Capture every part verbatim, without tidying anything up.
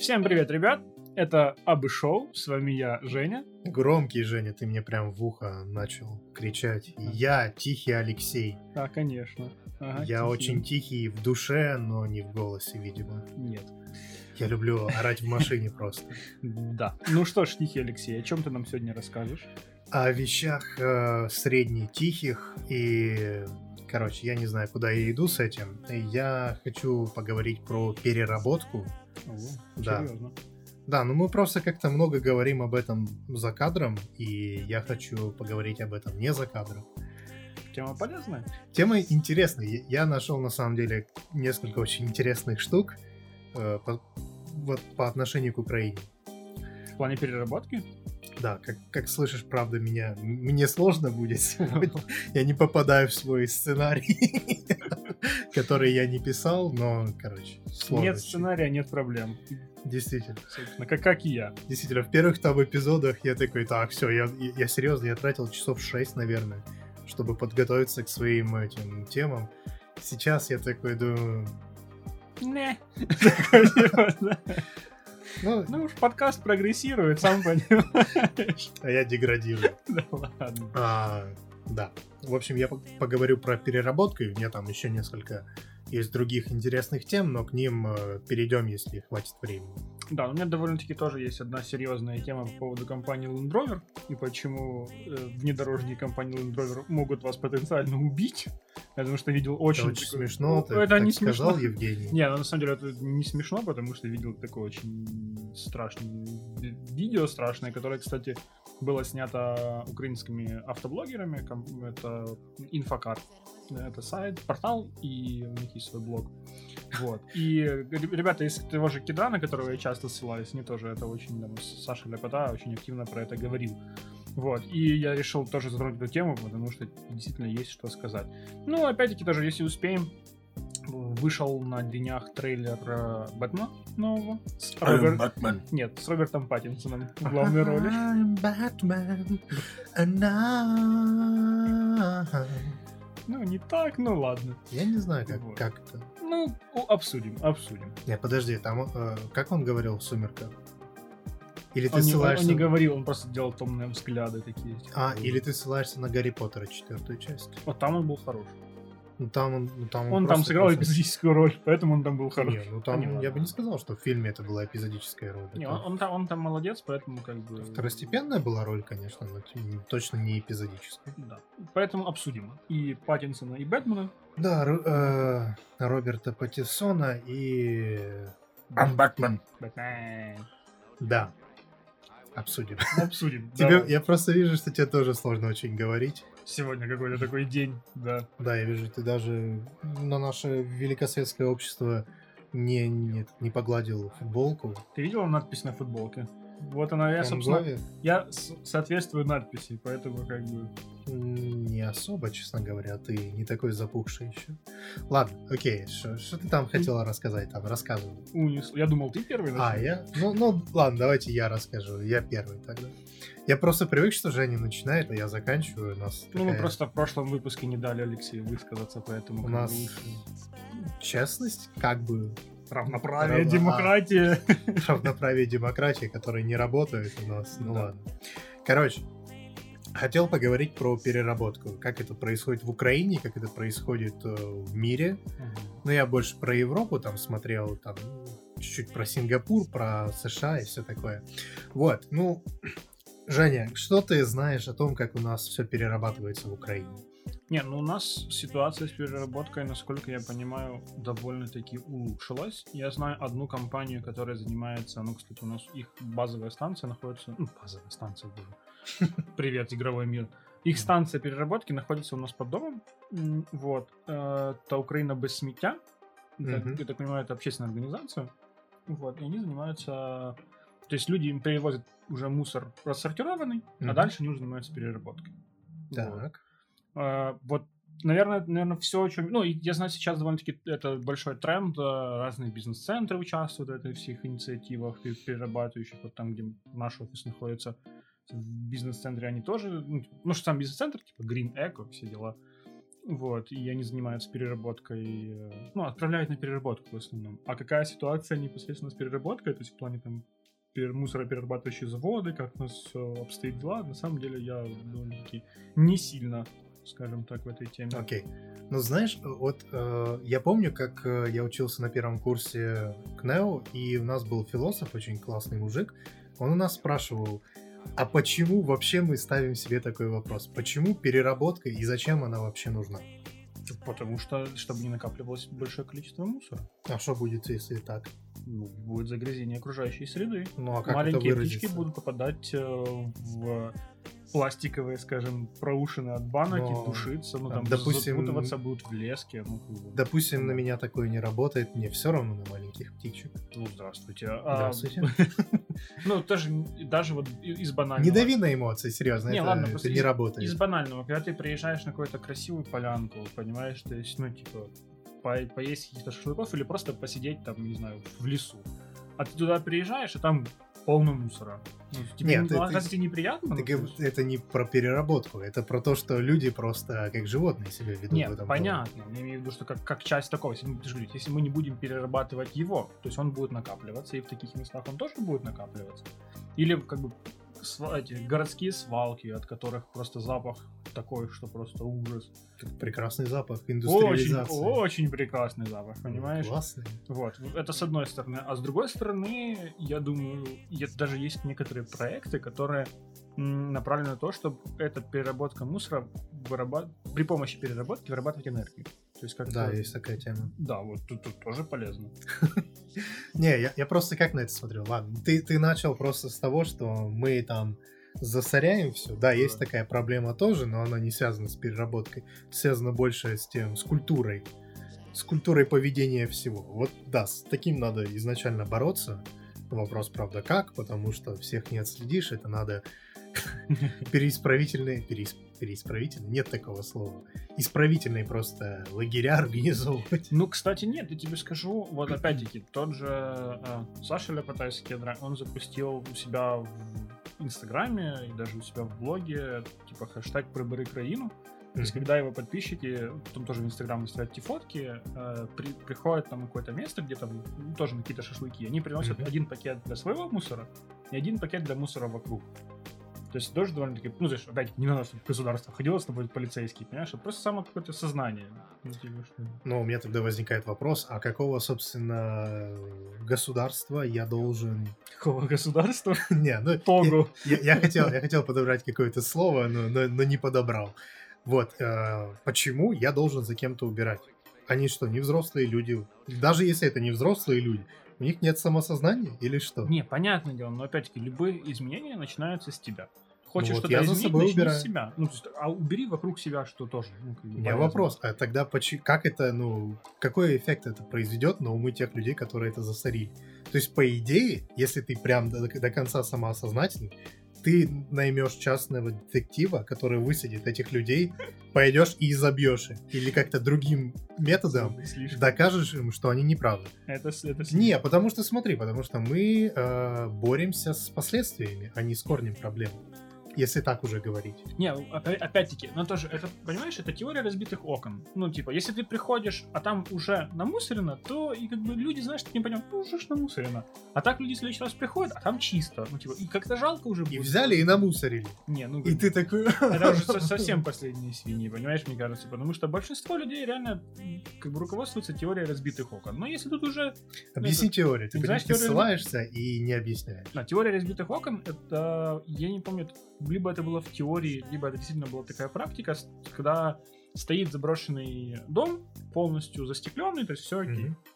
Всем привет, ребят! Это Абы Шоу, с вами я, Женя. Громкий, Женя, ты мне прям в ухо начал кричать. Я тихий Алексей. Да, конечно. Ага, я тихий. очень тихий в душе, но не в голосе, видимо. Нет. Я люблю орать в машине просто. Да. Ну что ж, тихий Алексей, о чем ты нам сегодня расскажешь? О вещах э, средне-тихих и... Короче, я не знаю, куда я иду с этим. Я хочу поговорить про переработку. О, да. серьезно. Да, ну мы просто как-то много говорим об этом за кадром, и я хочу поговорить об этом не за кадром. Тема полезная? Тема интересная. Я нашел, на самом деле, несколько очень интересных штук э, по, вот, по отношению к Украине. В плане переработки? Да, как, как слышишь, правда, меня, мне сложно будет сегодня. Я не попадаю в свой сценарий, который я не писал, но, короче, сложно. Нет сценария, нет проблем. Действительно. Собственно, как, как и я. Действительно, в первых там эпизодах я такой, так, все, я, я серьезно, я тратил часов шесть, наверное, чтобы подготовиться к своим этим темам. Сейчас я такой думаю... Не. Ну, ну уж подкаст прогрессирует, сам понимаешь. А я деградирую. Да ладно. А, да. В общем, я поговорю про переработку, и у меня там еще несколько есть других интересных тем, но к ним э, перейдем, если хватит времени. Да, у меня довольно-таки тоже есть одна серьезная тема по поводу компании Land Rover и почему э, внедорожники компании Land Rover могут вас потенциально убить. Я потому что видел очень... Это очень такой... смешно, ты это так не сказал, смешно. Евгений. Не, ну, на самом деле это не смешно, потому что видел такое очень страшное видео, страшное, которое, кстати, было снято украинскими автоблогерами. Это Инфокар. Это сайт, портал, и у них есть свой блог. Вот. И ребята из того же Кедра, на которого я часто ссылаюсь, они тоже это очень, там, Саша Ляпота очень активно про это говорил. Вот. И я решил тоже затронуть эту тему, потому что действительно есть что сказать. Ну, опять-таки, тоже, если успеем, вышел на днях трейлер э, Бэтмена нового. С Робер... Бэтмен. Нет, с Робертом Паттинсоном в главной роли. I'm Batman, and I... Ну, не так, ну ладно. Я не знаю, как, вот. как это. Ну, обсудим, обсудим. Не, подожди, там, э, как он говорил в «Сумерках»? Или ты он, ссылаешься... не, он не говорил, он просто делал томные взгляды такие. А, или ты ссылаешься на Гарри Поттера, четвертую часть. Вот там он был хорош. Ну там он... Ну, там он он там сыграл просто... эпизодическую роль, поэтому он там был хорош. Не, ну там а, не, я бы не сказал, что в фильме это была эпизодическая роль. Не, это... он, он, там, он там молодец, поэтому как бы... Второстепенная была роль, конечно, но точно не эпизодическая. Да, поэтому обсудим. И Паттинсона, и Бэтмена. Да, Ро- э, Роберта Паттинсона и... I'm Batman. Бэтмен. Да. Обсудим. Обсудим. Тебе, я просто вижу, что тебе тоже сложно очень говорить. Сегодня какой-то такой день, да. Да, я вижу, ты даже на наше великосветское общество не, не, не погладил футболку. Ты видел надпись на футболке? Вот она, я, собственно, я соответствую надписи, поэтому как бы... Не особо, честно говоря, ты не такой запухший еще. Ладно, окей, что ты там хотела рассказать? Там, рассказывай. Унес. Я думал, ты первый начал. А, я? Ну, ну, ладно, давайте я расскажу. Я первый тогда. Я просто привык, что Женя начинает, а я заканчиваю. У нас ну, такая... мы просто в прошлом выпуске не дали Алексею высказаться, поэтому... У нас честность, как бы... Равноправие, Рав... демократия. А, равноправие, демократия, которые не работают у нас. Ну да. ладно. Короче, хотел поговорить про переработку. Как это происходит в Украине, как это происходит э, в мире. Uh-huh. Ну, я больше про Европу там смотрел, там чуть-чуть про Сингапур, про США и все такое. Вот, ну, Женя, что ты знаешь о том, как у нас все перерабатывается в Украине? Не, ну у нас ситуация с переработкой, насколько я понимаю, довольно-таки улучшилась. Я знаю одну компанию, которая занимается, ну, кстати, у нас их базовая станция находится... Ну, базовая станция, была. Привет, игровой мир. Их станция переработки находится у нас под домом. Вот. Это Украина без сміття. Я так понимаю, это общественная организация. Вот. И они занимаются... То есть люди им привозят уже мусор рассортированный, а дальше они уже занимаются переработкой. Так. Uh, вот, наверное, наверное, все, о чем... Ну, я знаю, сейчас довольно-таки это большой тренд, разные бизнес-центры участвуют в этих всех инициативах перерабатывающих, вот там, где наш офис находится, в бизнес-центре они тоже, ну, ну что сам бизнес-центр, типа Green Eco, все дела, Вот, и они занимаются переработкой, э, ну, отправляют на переработку в основном. А какая ситуация непосредственно с переработкой, то есть в плане там пер- мусороперерабатывающие заводы, как у нас все обстоит дела, на самом деле я довольно-таки не сильно, скажем так, в этой теме. Окей. Ну, знаешь, вот э, я помню, как э, я учился на первом курсе КНЕУ, и у нас был философ, очень классный мужик. Он у нас спрашивал, а почему вообще мы ставим себе такой вопрос? Почему переработка и зачем она вообще нужна? Потому что, чтобы не накапливалось большое количество мусора. А что будет, если так? Ну, будет загрязнение окружающей среды. Ну, а как Маленькие это птички выразится? будут попадать э, в пластиковые, скажем, проушины от банок Но, и душиться, ну там, там, допустим, запутываться будут в леске. Ну, как бы. Допустим, на меня такое не работает, мне все равно на маленьких птичек. Ну, здравствуйте. А, Здравствуйте. Ну, даже, даже вот и- из банального. Не дави на эмоции, серьезно, Не, это, ладно, это просто не из, работает. из банального, когда ты приезжаешь на какую-то красивую полянку, понимаешь, то есть, ну, типа, по- поесть каких-то шашлыков или просто посидеть там, не знаю, в лесу. А ты туда приезжаешь, и там полно мусора. Ну, тебе Нет, не- ты- разве ты- тебе неприятно? Ты Ну, говоришь, это не про переработку, это про то, что люди просто как животные себя ведут в Нет, этом понятно. Я имею в виду, что как, как часть такого, если мы, ты же говоришь, если мы не будем перерабатывать его, то есть он будет накапливаться, и в таких местах он тоже будет накапливаться. Или как бы сва- эти городские свалки, от которых просто запах такой, что просто ужас. дома. Прекрасный запах Очень, индустриализации. очень прекрасный запах, понимаешь? Классный. Вот, это с одной стороны. А с другой стороны, я думаю, е- даже есть некоторые проекты, которые м, направлены на то, чтобы эта переработка мусора выраба- при помощи переработки вырабатывать энергию. То есть как Да, есть такая тема. Да, вот тут, тут тоже полезно. Не, я, я просто как на это смотрел. Ладно, ты, ты начал просто с того, что мы там засоряем все. Да, есть Да. такая проблема тоже, но она не связана с переработкой. Связана больше с тем, с культурой. С культурой поведения всего. Вот да, с таким надо изначально бороться. Вопрос, правда, как, потому что всех не отследишь, это надо переисправительные, переис- переисправительные, нет такого слова, исправительные просто лагеря организовывать. Ну, кстати, нет, я тебе скажу, вот опять-таки, тот же э, Саша Ляпотай Кедра, он запустил у себя в Инстаграме и даже у себя в блоге, типа, хэштег «Прибери краину». То есть, когда его подписчики, там тоже в Инстаграм выставляют эти фотки, э, при, приходят там на какое-то место, где там ну, тоже на какие-то шашлыки, они приносят Мгм. один пакет для своего мусора и один пакет для мусора вокруг. То есть тоже довольно-таки, ну, знаешь, опять не надо, чтобы государство ходило с тобой полицейский, понимаешь, а просто само какое-то сознание. Ну, типа, что... Но у меня тогда возникает вопрос, а какого, собственно, государства я должен... Какого государства? Не, ну, Того. я, я хотел, я хотел подобрать какое-то слово, но, но, но не подобрал. Вот, э, почему я должен за кем-то убирать? Они что, не взрослые люди? Даже если это не взрослые люди, у них нет самосознания или что? Не, понятное дело, но опять-таки любые изменения начинаются с тебя. Хочешь вот что-то я за изменить, собой начни убираю. с себя. Ну, то есть, а убери вокруг себя, что тоже. Ну, как бы У меня полезно. вопрос, а тогда почи- как это, ну, какой эффект это произведет на умы тех людей, которые это засорили? То есть, по идее, если ты прям до, до конца самоосознательный, ты наймешь частного детектива, который высадит этих людей, пойдешь и изобьешь их. Или как-то другим методом Слишком. докажешь им, что они неправы. Это, с- это с- Не, потому что смотри, потому что мы э, боремся с последствиями, а не с корнем проблемы. Если так уже говорить. Не, опя- опять-таки, но тоже, это, понимаешь, это теория разбитых окон. Ну, типа, если ты приходишь, а там уже намусорено, то и как бы люди, знаешь, таким понимают, ну, уже ж намусорено. А так люди в следующий раз приходят, а там чисто. Ну, типа, и как-то жалко уже И будет. взяли и намусорили. Не, ну, И ты такой... это уже со- совсем последние свиньи, понимаешь, мне кажется, потому что большинство людей реально м, как бы руководствуются теорией разбитых окон. Но если тут уже... Объясни это- теорию. Ты, ты знаешь понимаешь, ты теорию ссылаешься и не объясняешь. Да, теория разбитых окон, это, я не помню, это- либо это было в теории, либо это действительно была такая практика, с- когда стоит заброшенный дом, полностью застекленный, то есть все окей. Мгм.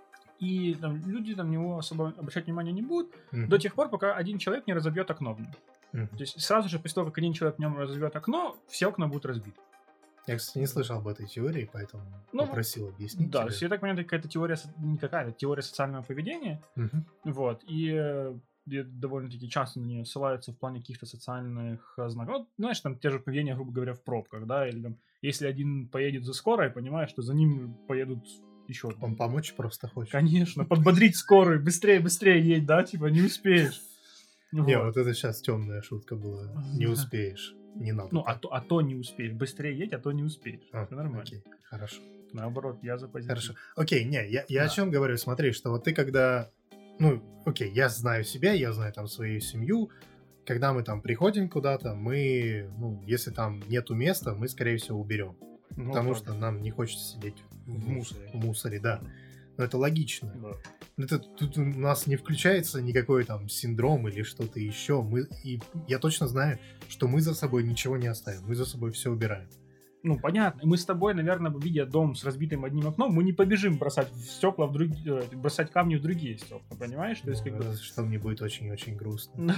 И там, люди там на него особо обращать внимание не будут Мгм. до тех пор, пока один человек не разобьет окно в нем. Мгм. То есть сразу же после того, как один человек в нем разобьет окно, все окна будут разбиты. Я, кстати, не слышал об этой теории, поэтому Ну, попросил объяснить Да, то тебе. есть я так понимаю, это какая-то теория, со- не какая-то, теория социального поведения. Мгм. Вот, и, э, и довольно-таки часто на нее ссылаются в плане каких-то социальных э, знаков. Вот, знаешь, там те же поведения, грубо говоря, в пробках, да, или там, если один поедет за скорой, понимаешь, что за ним поедут еще. Он помочь просто хочет. Конечно, подбодрить скорую, быстрее, быстрее едь, да, типа, не успеешь. Не, Вот. вот это сейчас темная шутка была. Не Да. успеешь. не надо. Ну, а то, а то не успеешь. Быстрее едь, а то не успеешь. А, Все нормально. Окей, хорошо. Наоборот, я за позитив. Хорошо. Окей, не, я, я Да. о чем говорю, смотри, что вот ты когда... Ну, окей, я знаю себя, я знаю там свою семью. Когда мы там приходим куда-то, мы, ну, если там нету места, мы, скорее всего, уберем. Ну, потому так. что нам не хочется сидеть в, В мусоре. В мусоре, да. Но это логично. Да. Это, тут у нас не включается никакой там синдром или что-то еще. Мы, и я точно знаю, что мы за собой ничего не оставим. Мы за собой все убираем. Ну, понятно. Мы с тобой, наверное, видя дом с разбитым одним окном, мы не побежим бросать стекла в другие, бросать камни в другие стекла, понимаешь? То есть, как бы... Разве что мне будет очень-очень грустно.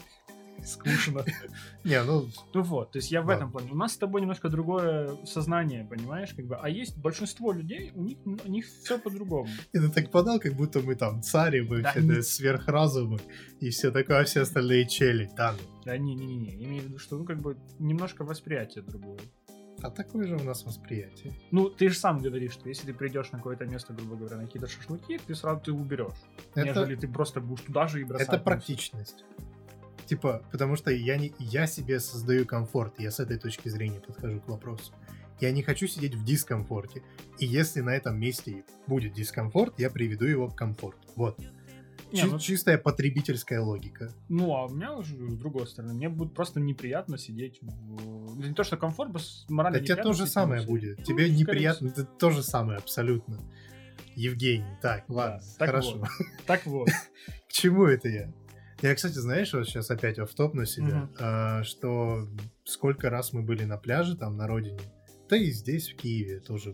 Скучно. Не, ну... Ну вот, то есть я в Да. этом плане. У нас с тобой немножко другое сознание, понимаешь? Как бы. А есть большинство людей, у них, у них все по-другому. И ты так подал, как будто мы там цари, мы Да все не- это сверхразумы, и все такое, а все остальные чели. Да, ну. Да не-не-не, имею в виду, что ну как бы немножко восприятие другое. А такое же у нас восприятие. Ну, ты же сам говоришь, что если ты придешь на какое-то место, грубо говоря, на какие-то шашлыки, ты сразу ты уберешь. Это, Нежели ты просто будешь туда же и бросать. это мусор. практичность. Типа, потому что я, не, я себе создаю комфорт, я с этой точки зрения подхожу к вопросу. Я не хочу сидеть в дискомфорте. И если на этом месте будет дискомфорт, я приведу его в комфорт. Вот. Не, Чи- ну- Чистая потребительская логика. Ну, а у меня уже с другой стороны, мне будет просто неприятно сидеть в... Не то, что комфорт, просто морально Да тебе неприятно то же сидеть в самое мусоре. будет. Ну, Тебе скорее неприятно, всего. это то же самое абсолютно. Евгений, так, Да, ладно, так хорошо. вот. Так вот. К чему это я? Я, кстати, знаешь, вот сейчас опять офф-топ на себя, Мгм. а, что сколько раз мы были на пляже там на родине, да и здесь, в Киеве тоже.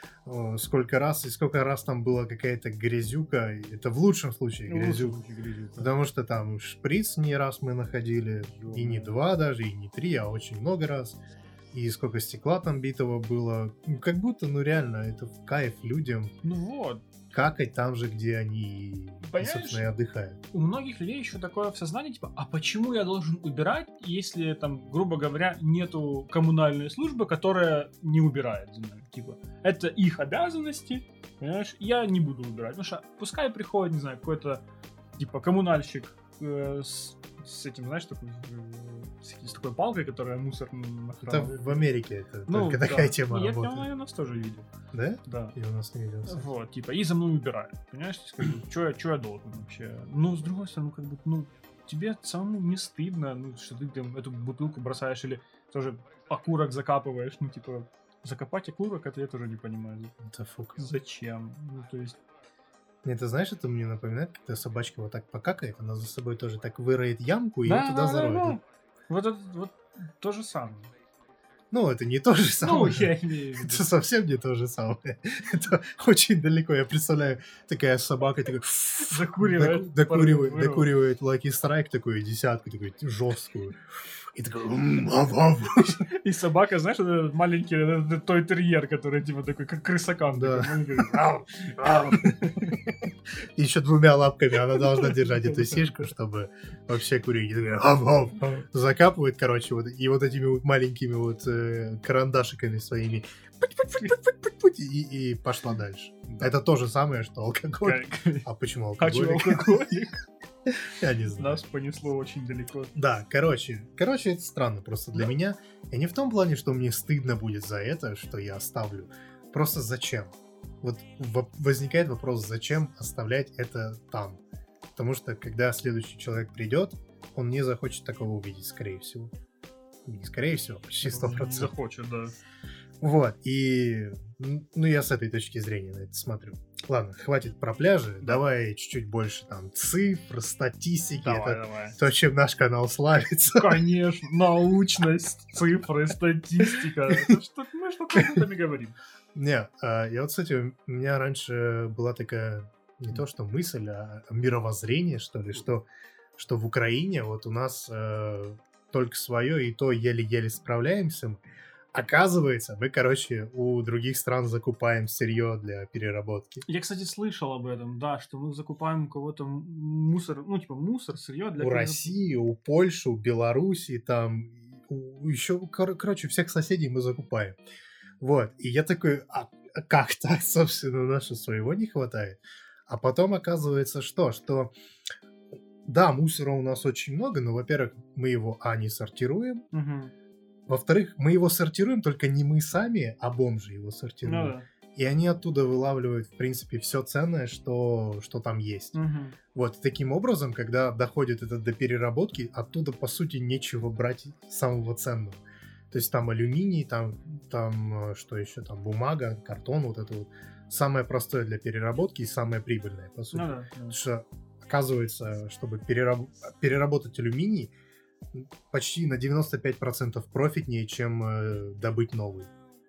О, сколько раз, и сколько раз там была какая-то грязюка, и это в лучшем случае Ну, грязюка. лучше грязюка. Потому что там шприц не раз мы находили, и не Ё-моё. два даже, и не три, а очень много раз. И сколько стекла там битого было. Ну, как будто, ну реально, это в кайф людям Ну вот. какать там же, где они, и, Понимаешь? собственно, и отдыхают. У многих людей еще такое в сознании, типа, а почему я должен убирать, если там, грубо говоря, нету коммунальной службы, которая не убирает за мной? Типа, это их обязанности, понимаешь, я не буду убирать. Потому что пускай приходит, не знаю, какой-то, типа, коммунальщик э, с, с этим, знаешь, такой, э, с, с такой палкой, которая мусор Это нахрамывает. в Америке это Ну, только да. такая тема Ну, я, работает. я, я у нас тоже видел. Да? Да. Я у нас не видел. кстати. Вот, типа, и за мной убирают. Понимаешь, то есть, как бы, что я, чё я должен вообще? Ну, с другой стороны, как бы, ну, тебе самому не стыдно, ну, что ты там эту бутылку бросаешь или тоже окурок закапываешь, ну, типа, закопать окурок, это я тоже не понимаю. Это фук. Зачем? Ну, то есть, Мне это, знаешь, это мне напоминает, когда собачка вот так покакает, она за собой тоже так выроет ямку и вот туда зароет. Вот это вот то же самое. Ну, это не то же Ну, самое. я имею в виду. Это совсем не то же самое. Это очень далеко. Я представляю, такая собака такая Закуривает. доку- докуривает, Вырвал. докуривает Lucky Strike такую десятку, такую жесткую. И такой «М, ав-ав». И собака, знаешь, это маленький это той терьер, который типа такой, как крысакан. Да. такой маленький. Ау, ау. И еще двумя лапками она должна держать эту сишку, чтобы вообще курить. И такая «ав-ав». Закапывает, короче, вот, и вот этими вот маленькими вот э, карандашиками своими путь-путь-путь-путь-путь, и, и пошла дальше. Да. Это то же самое, что алкоголь. Как- А почему Хочу алкоголик? алкоголик. Я не знаю. Нас понесло очень далеко. Да, короче, короче, это странно просто для Да. меня. И не в том плане, что мне стыдно будет за это, что я оставлю. Просто зачем? Вот во- возникает вопрос, зачем оставлять это там? Потому что, когда следующий человек придет, он не захочет такого увидеть, скорее всего. Не скорее всего, почти сто процентов. Захочет, да. Вот, и... м, Ну, я с этой точки зрения на это смотрю. Ладно, хватит про пляжи. Давай чуть-чуть больше там цифр, статистики. Давай, это давай. то, чем наш канал славится. Конечно, научность, цифры, статистика. Это что, мы что там говорим. Не, а, я вот, кстати, у меня раньше была такая, не то что мысль, а мировоззрение, что ли, что, что в Украине вот у нас э, только свое, и то еле-еле справляемся. мы. Оказывается, мы, короче, у других стран закупаем сырье для переработки. Я, кстати, слышал об этом, да, что мы закупаем у кого-то м- мусор, ну, типа мусор, сырье для... У перераб- России, у Польши, у Белоруссии, там, у, еще, кор- короче, всех соседей мы закупаем. Вот, и я такой, а а как так, собственно, нашего своего не хватает? А потом оказывается что? Что, да, мусора у нас очень много, но, во-первых, мы его, а, не сортируем, Мгм. во-вторых, мы его сортируем, только не мы сами, а бомжи его сортируют. Ну да. И они оттуда вылавливают, в принципе, все ценное, что, что там есть. Угу. Вот, таким образом, когда доходит это до переработки, оттуда, по сути, нечего брать самого ценного. То есть там алюминий, там, там что еще, там бумага, картон, вот это вот. Самое простое для переработки и самое прибыльное, по сути. Ну да, да. Потому что, оказывается, чтобы перераб- переработать алюминий, почти на девяносто пять процентов профитнее, чем э, добыть новый.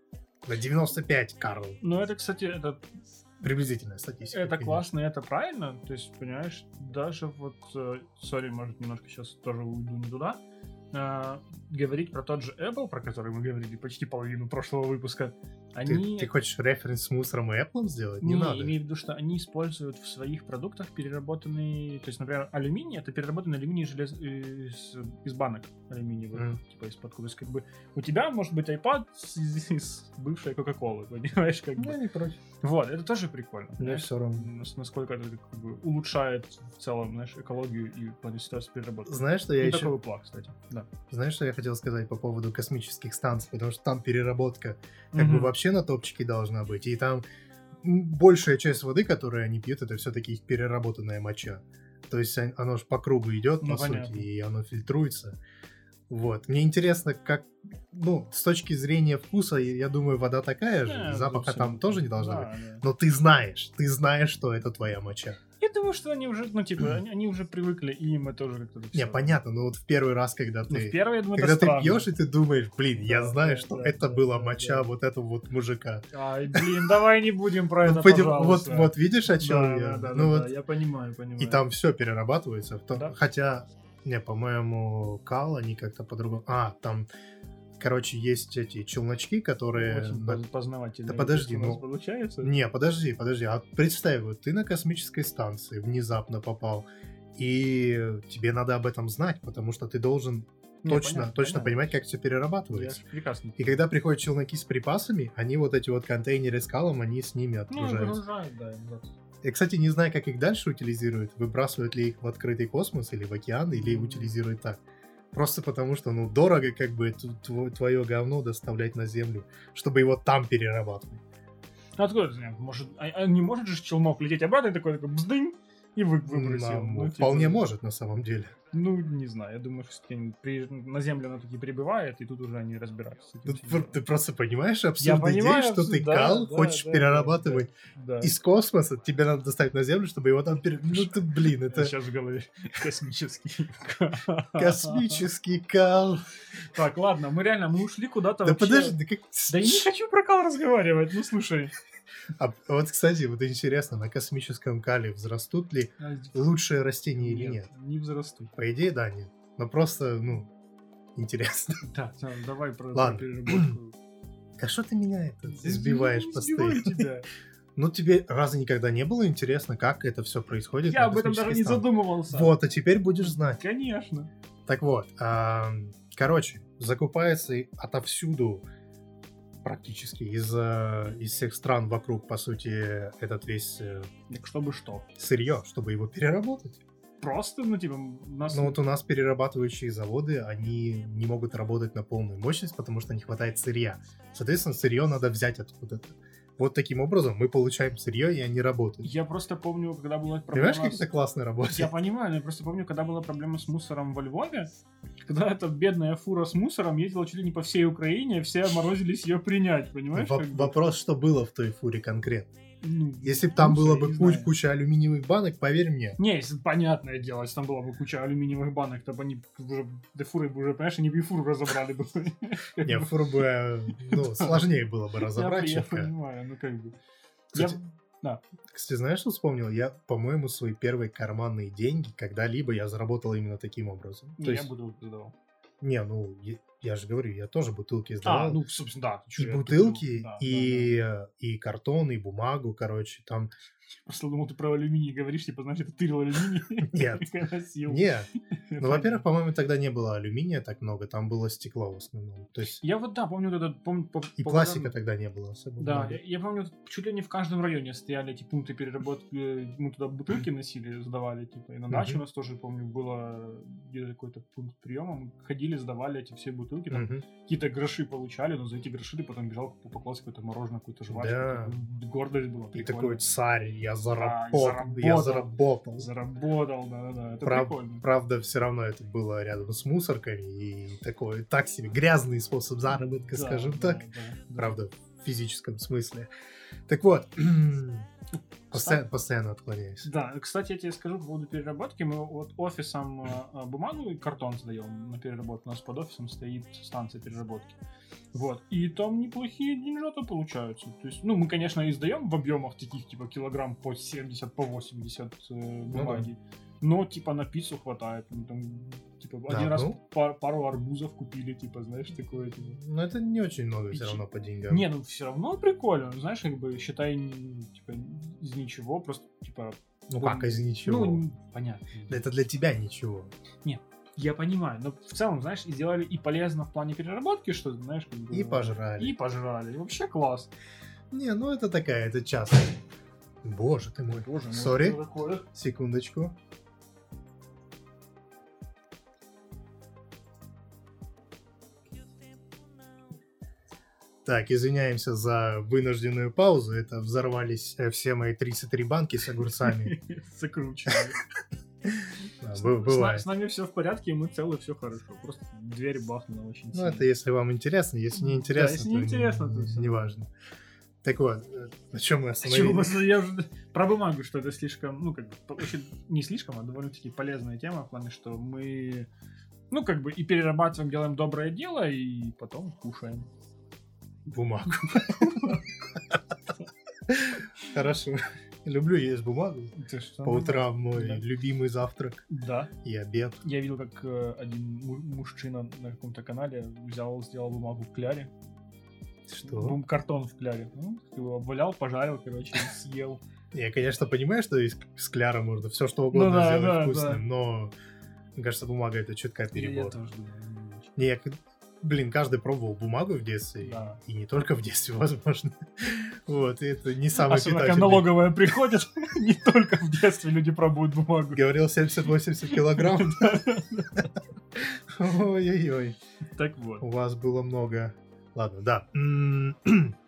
На девяносто пять, Карл. Ну, это, кстати, это... Приблизительная статистика. Это конечно. классно, и это правильно. То есть, понимаешь, даже вот... Сори, может, немножко сейчас тоже уйду не туда. Uh, говорить про тот же Apple, про который мы говорили почти половину прошлого выпуска, они... Ты, ты хочешь референс с мусором и Apple сделать? Не, не надо. имею в виду, что они используют в своих продуктах переработанный... То есть, например, алюминий — это переработанный алюминий желез... из, из банок алюминиевых, mm. типа из-под... То есть, как бы, у тебя может быть iPad из, из бывшей Coca-Cola, понимаешь? Как бы. Я не против. Вот, это тоже прикольно. Мне все равно. Насколько это как бы улучшает в целом, знаешь, экологию и в плане ситуации переработки. Знаешь, что я не еще... такой план, кстати. Да. Знаешь, что я хотел сказать по поводу космических станций? Потому что там переработка как mm-hmm. бы вообще на топчике должна быть. И там большая часть воды, которую они пьют, это все-таки их переработанная моча. То есть оно же по кругу идет, ну, по понятно. Сути, и оно фильтруется. Вот. Мне интересно, как... Ну, с точки зрения вкуса, я думаю, вода такая же, yeah, запаха там тоже не должно да, быть. Да. Но ты знаешь, ты знаешь, что это твоя моча. Я думаю, что они уже, ну, типа, они, они уже привыкли, и им это уже как-то... Не, понятно, но вот в первый раз, когда ты... Ну, в первый, я думаю, когда это ты пьешь, и ты думаешь, блин, да, я знаю, да, что да, это да, была да, моча да. вот этого вот мужика. Ай, блин, давай не будем про это, Пойдем, пожалуйста. Вот, вот видишь, о чем да, я? Да, да, ну, да, вот... да, я понимаю, понимаю. И там все перерабатывается. Да? Хотя, не, по-моему, Кал, они как-то по-другому... А, там... Короче, есть эти челночки, которые... Очень познавательные. Да подожди, ну... получается? Не, подожди, подожди. А представь, вот ты на космической станции внезапно попал, и тебе надо об этом знать, потому что ты должен не, точно, понятно, точно понятно. понимать, как все перерабатывается. Прекрасно. И когда приходят челноки с припасами, они вот эти вот контейнеры с калом, они с ними отгружаются. Ну, выгружают, да. Вот. Я, кстати, не знаю, как их дальше утилизируют. Выбрасывают ли их в открытый космос или в океан, или mm-hmm. утилизируют так. Просто потому, что, ну, дорого как бы твое говно доставлять на Землю, чтобы его там перерабатывать. Ну, откуда ты знаешь? Может, а, а не может же челнок лететь обратно и такой, такой бздынь, и вы, выбросил. На, ну, вполне типа, может, на самом деле. Ну, не знаю, я думаю, что при, на Землю она таки прибывает, и тут уже они разбираются. Ты, ты просто понимаешь абсурдную идею, что абсурд, ты да, кал да, хочешь да, перерабатывать да, да. из космоса, тебе надо доставить на Землю, чтобы его там пере... Ну ты, блин, это... Сейчас в голове космический кал. Космический кал. Так, ладно, мы реально, мы ушли куда-то да вообще. Подожди, да как... Да я не хочу про кал разговаривать, ну слушай. А вот, кстати, вот интересно, на космическом кале взрастут ли лучшие растения нет, или нет? Не взрастут. По идее, да, нет. Но просто, ну, интересно. Да, давай про, Ладно. про переработку. А что ты меня это сбиваешь я постоянно? тебя. Ну, тебе разве никогда не было интересно, как это все происходит? Я об этом даже не задумывался. Вот, а теперь будешь знать. Конечно. Так вот, а, короче, закупается отовсюду практически из, из всех стран вокруг, по сути, этот весь так чтобы что? Сырье, чтобы его переработать. Просто, ну, типа... Нас... Ну, вот у нас перерабатывающие заводы, они не могут работать на полную мощность, потому что не хватает сырья. Соответственно, сырье надо взять откуда-то. Вот таким образом мы получаем сырье, и они работают. Я просто помню, когда была проблема... Понимаешь, как с... это классно работает? Я понимаю, но я просто помню, когда была проблема с мусором во Львове, когда эта бедная фура с мусором ездила чуть ли не по всей Украине, все морозились ее принять, понимаешь? В- вопрос, бы? Что было в той фуре конкретно? Ну, если бы там было бы куча, куча алюминиевых банок, поверь мне. Не, если понятное дело, если там была бы куча алюминиевых банок, то бы они уже, да фуры бы уже, понимаешь, они бы и фуру разобрали бы. Не, фуру бы, ну, сложнее было бы разобрать. Я понимаю, ну как бы. Кстати, я... да. Кстати, знаешь, что вспомнил? Я, по-моему, свои первые карманные деньги когда-либо я заработал именно таким образом. Не, То я есть... буду сдавал. Не, ну, я, я же говорю, я тоже бутылки сдавал. А, ну, собственно, да. И бутылки, купил, да, и, да, да. и картон, и бумагу, короче, там... Просто думал, ты про алюминий говоришь, типа, значит, ты тырил алюминий? Нет, нет. Ну, во-первых, по-моему, тогда не было алюминия так много, там было стекло в основном. То есть... Я вот, да, помню вот этот... Помню, по, и по пластика годам... тогда не было особо. Да, я, я помню, чуть ли не в каждом районе стояли эти пункты переработки, мы туда бутылки носили, сдавали, типа, и на даче у нас тоже, помню, было где-то какой-то пункт приема, мы ходили, сдавали эти все бутылки, там Мгм. какие-то гроши получали, но за эти гроши ты потом бежал, покупал какое-то мороженое, какую-то жвачку. Да. такой, гордость была, И прикольно. такой царь, я заработал, заработал. я заработал. Заработал, да-да-да, это Прав- прикольно. Правда, все равно это было рядом с мусорками, и такой так себе грязный способ заработка, Да, скажем да, так. да, да. Правда, в физическом смысле. Так вот, постоянно, постоянно отклоняюсь. Да, кстати, я тебе скажу по поводу переработки. Мы вот офисом э, бумагу и картон сдаем на переработку. У нас под офисом стоит станция переработки. Вот. И там неплохие деньжата получаются. То есть, ну, мы, конечно, издаем в объемах таких, типа, килограмм по семьдесят, по восемьдесят э, бумаги. Но, типа, на пиццу хватает. Мы там, типа, Да, один раз ну. пар- пару арбузов купили, типа, знаешь, такое. Типа. Но это не очень много все Пичи. равно по деньгам. Не, ну все равно прикольно. Знаешь, как бы, считай, н- типа, из ничего, просто, типа... Ну бум- как, из ничего? Ну, н- понятно. Это для тебя ничего. Я понимаю, но в целом, знаешь, и сделали и полезно в плане переработки, что, знаешь, как бы... И пожрали. И пожрали. И вообще класс. Не, ну это такая, это часто. Боже ты мой. Боже мой, Сори. что такое? Секундочку. Так, извиняемся за вынужденную паузу. Это взорвались э, все мои тридцать три банки с огурцами. Закручивали. Да, С- бы- с на- Бывает. С нами все в порядке, и мы целы, все хорошо. Просто дверь бахнула очень Ну, сильно. это если вам интересно. Если не Да, интересно, если не то интересно, то не- всё. неважно. Так вот, э, на чем мы А чего остановились? мы- я уже- Про бумагу, что это слишком, ну, как бы, по- очень не слишком, а довольно-таки полезная тема, в плане, что мы, ну, как бы, и перерабатываем, делаем доброе дело, и потом кушаем. Бумагу. Хорошо. Люблю есть бумагу. Ты что, По утрам мой Да. любимый завтрак Да. и обед. Я видел, как э, один му- мужчина на каком-то канале взял, сделал бумагу в кляре. Что? Бум, картон в кляре. Ну, его обвалял, пожарил, короче, и съел. Я, конечно, понимаю, что из скляра можно все что угодно Ну да, сделать да, вкусным, да. но мне кажется, бумага это чутка Я перебор. тоже думаю, не очень. Не, я, к- блин, каждый пробовал бумагу в детстве, Да. и не только в детстве, возможно. Вот, и это не самый Особенно, когда питательный. налоговая приходит, не только в детстве люди пробуют бумагу. Говорил семьдесят-восемьдесят килограмм. Ой-ой-ой. Так вот. У вас было много. Ладно, да. М,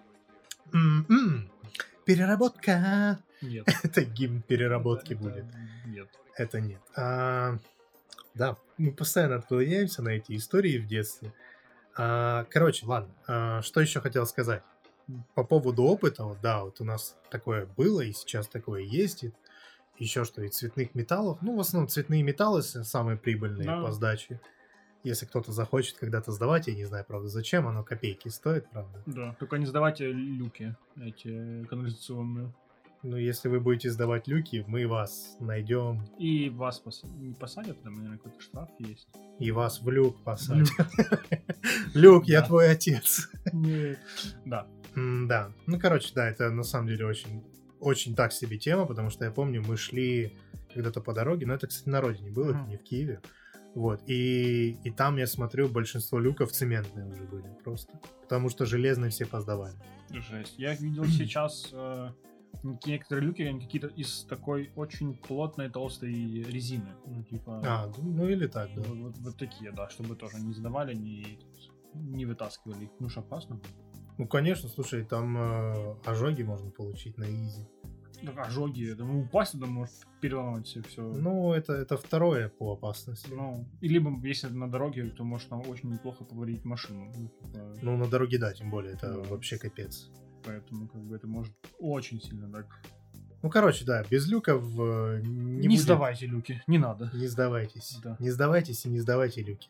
м-м. Переработка. Нет. Это гимн переработки Это- будет. Нет. Это нет. А, да, мы постоянно отклоняемся на эти истории в детстве. А, короче, ладно. А, что еще хотел сказать? По поводу опыта, вот, да, вот у нас такое было, и сейчас такое есть. И еще что, и цветных металлов. Ну, в основном цветные металлы с- самые прибыльные Да. по сдаче. Если кто-то захочет когда-то сдавать, я не знаю, правда, зачем, оно копейки стоит, правда. Да. Только не сдавайте люки эти канализационные. Но если вы будете сдавать люки, мы вас найдем, И вас пос- не посадят, там, наверное, какой-то штраф есть. и вас в люк посадим. Люк, я Да. твой отец. Нет. Да. М, Да, ну короче, да, это на самом деле очень, очень так себе тема, потому что я помню, мы шли когда-то по дороге, но это, кстати, на родине было, это Мгм. не в Киеве, вот, и, и там я смотрю, большинство люков цементные уже были просто, потому что железные все поздавали. Жесть. Я видел сейчас э, некоторые люки, они какие-то из такой очень плотной толстой резины. Ну, типа... А, ну или так, да. Вот, вот- вот такие, да, чтобы тоже не сдавали, не, не вытаскивали их. Ну, ж опасно. Ну, конечно, слушай, там э, ожоги можно получить на изи. Так, ожоги, да, ну, упасть туда может переломать все. все. Ну, это, это второе по опасности. Ну, и либо, если на дороге, то может там очень неплохо поварить машину. Ну, типа, Ну, на дороге, да, тем более, это Да. вообще капец. поэтому, как бы, это может очень сильно так. Ну, короче, да, без люков э, не, Не, будет. сдавайте люки, не надо. Не сдавайтесь. Да. Не сдавайтесь и не сдавайте люки.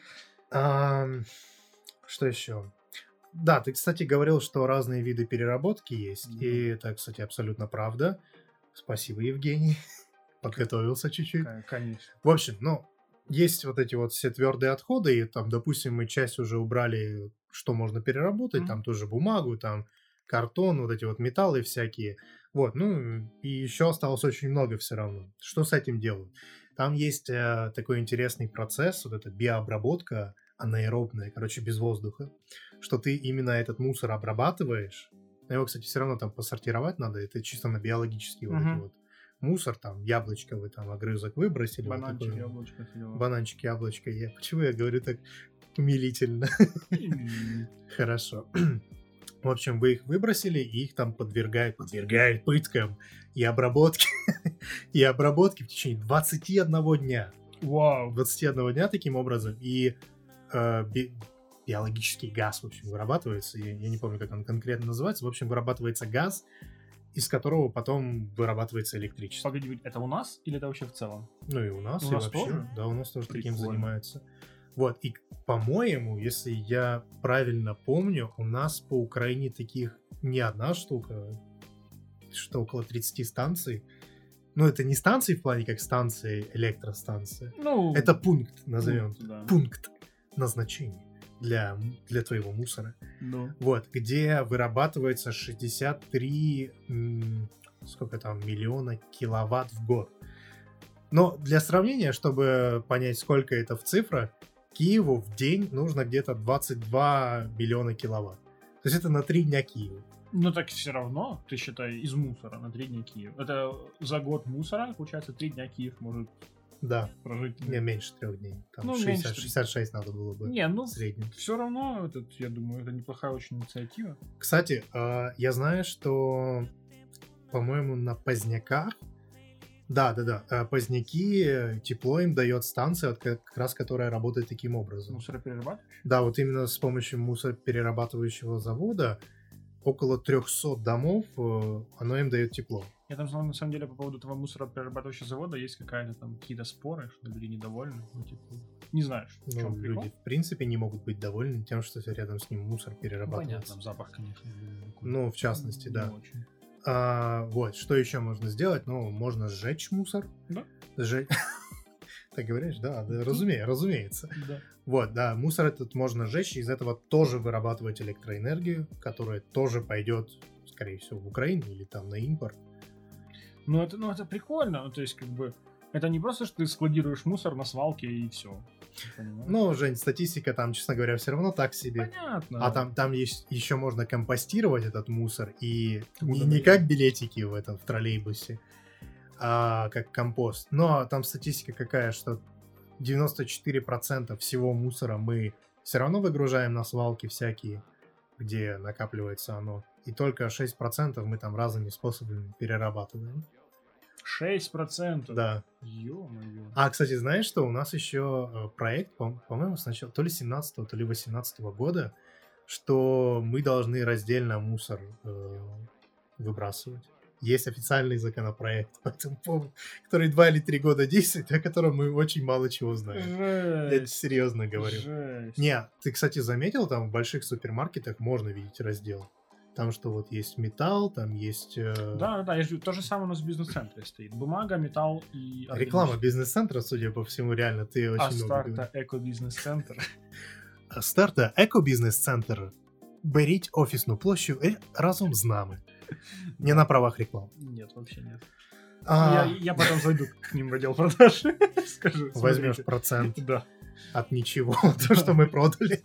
Ам, что еще? Да, ты, кстати, говорил, что разные виды переработки есть. Мгм. И это, кстати, абсолютно правда. Спасибо, Евгений. Подготовился чуть-чуть. К- Конечно. В общем, ну, есть вот эти вот все твердые отходы, и там, допустим, мы часть уже убрали, что можно переработать, Мгм. там тоже бумагу, там картон, вот эти вот металлы всякие. Вот, ну, и еще осталось очень много все равно. Что с этим делают? Там есть э, такой интересный процесс, вот эта биообработка анаэробная, короче, без воздуха, что ты именно этот мусор обрабатываешь. Его, кстати, все равно там посортировать надо, это чисто на биологические вот эти Мгм. вот мусор, там, яблочко вы там, огрызок выбросили. Бананчик, вот яблочко. Бананчик, яблочко. Я... Почему я говорю так умилительно? Хорошо. В общем, вы их выбросили, и их там подвергают, подвергают пыткам и обработке. и обработке в течение двадцати одного дня. Вау. двадцати одного дня таким образом. И э, би- биологический газ, в общем, вырабатывается. Я, я не помню, как он конкретно называется. В общем, вырабатывается газ, из которого потом вырабатывается электричество. Погоди, это у нас или это вообще в целом? Ну и у нас, У и нас вообще. тоже? Да, у нас тоже таким Прикольно. занимаются. Вот, и, по-моему, если я правильно помню, у нас по Украине таких не одна штука, что около тридцати станций. Ну, это не станции в плане как станции, электростанции. Ну, Это пункт, назовем. пункт, да. Пункт назначения для, для твоего мусора. Ну, Вот, где вырабатывается шестьдесят три, м, сколько там, миллиона киловатт в год. Но для сравнения, чтобы понять, сколько это в цифрах, Киеву в день нужно где-то двадцать два миллиона киловатт. То есть это на три дня Киева. ну так все равно, ты считай, из мусора на три дня Киев. Это за год мусора, получается, три дня Киев может Да, прожить. не меньше трех дней. Там Ну, шестьдесят, меньше. шестьдесят шесть надо было бы Не, ну, в среднем. все равно, этот, я думаю, это неплохая очень инициатива. Кстати, э, я знаю, что, по-моему, на Поздняках, да, да, да, э, Поздняки, э, тепло им дает станция, вот как как раз которая работает таким образом. Мусороперерабатывающий? Да, вот именно с помощью мусороперерабатывающего завода около трехсот домов э, оно им дает тепло. Я там знал, на самом деле, по поводу этого мусороперерабатывающего завода есть какая-то там какие-то споры, что люди недовольны. Ну, типа, не знаешь, в Ну, чем прикол. люди в принципе не могут быть довольны тем, что рядом с ним мусор Ну, перерабатывается. понятно, там запах, конечно. такой. Ну, в частности, Не да. очень. А, вот, что еще можно сделать? Ну, можно сжечь мусор. Да. Сжечь. Так говоришь? Да, да, разумеется, разумеется. Да. Вот, да, мусор этот можно сжечь, из этого тоже вырабатывать электроэнергию, которая тоже пойдет, скорее всего, в Украину или там на импорт. Ну это, ну, это прикольно. Ну, то есть, как бы, это не просто, что ты складируешь мусор на свалке и все. Ну, Жень, статистика там, честно говоря, все равно так себе. Понятно. А там, там есть, еще можно компостировать этот мусор, и Как не, удобно. не как билетики в этом в троллейбусе, а как компост. Но там статистика какая, что девяносто четыре процента всего мусора мы все равно выгружаем на свалки всякие, где накапливается оно. И только шесть процентов мы там разными способами перерабатываем. шесть процентов? Да. Ё-моё. А, кстати, знаешь, что у нас еще э, проект, по- по-моему, сначала то ли семнадцатого, то ли восемнадцатого года, что мы должны раздельно мусор э, выбрасывать. Есть официальный законопроект по этому поводу, который два или три года действует, о котором мы очень мало чего знаем. Я это Жесть. серьезно говорю. Жесть. Не, ты, кстати, заметил, там в больших супермаркетах можно видеть раздел. Там что вот есть металл, там есть... э, Да, да, я же- то же самое у нас в бизнес-центре стоит. Бумага, металл и... Реклама бизнес-центра, судя по всему, реально, ты очень много говоришь. Астарта Еко-бизнес-центр. Старта Еко-бізнес-центр. Беріть офісну площу і разом з нами. Не на правах рекламы. Нет, вообще нет. А, Я, я потом зайду к ним в отдел продаж. Скажу. возьмешь смотрите. процент Да. от ничего, то, что мы продали.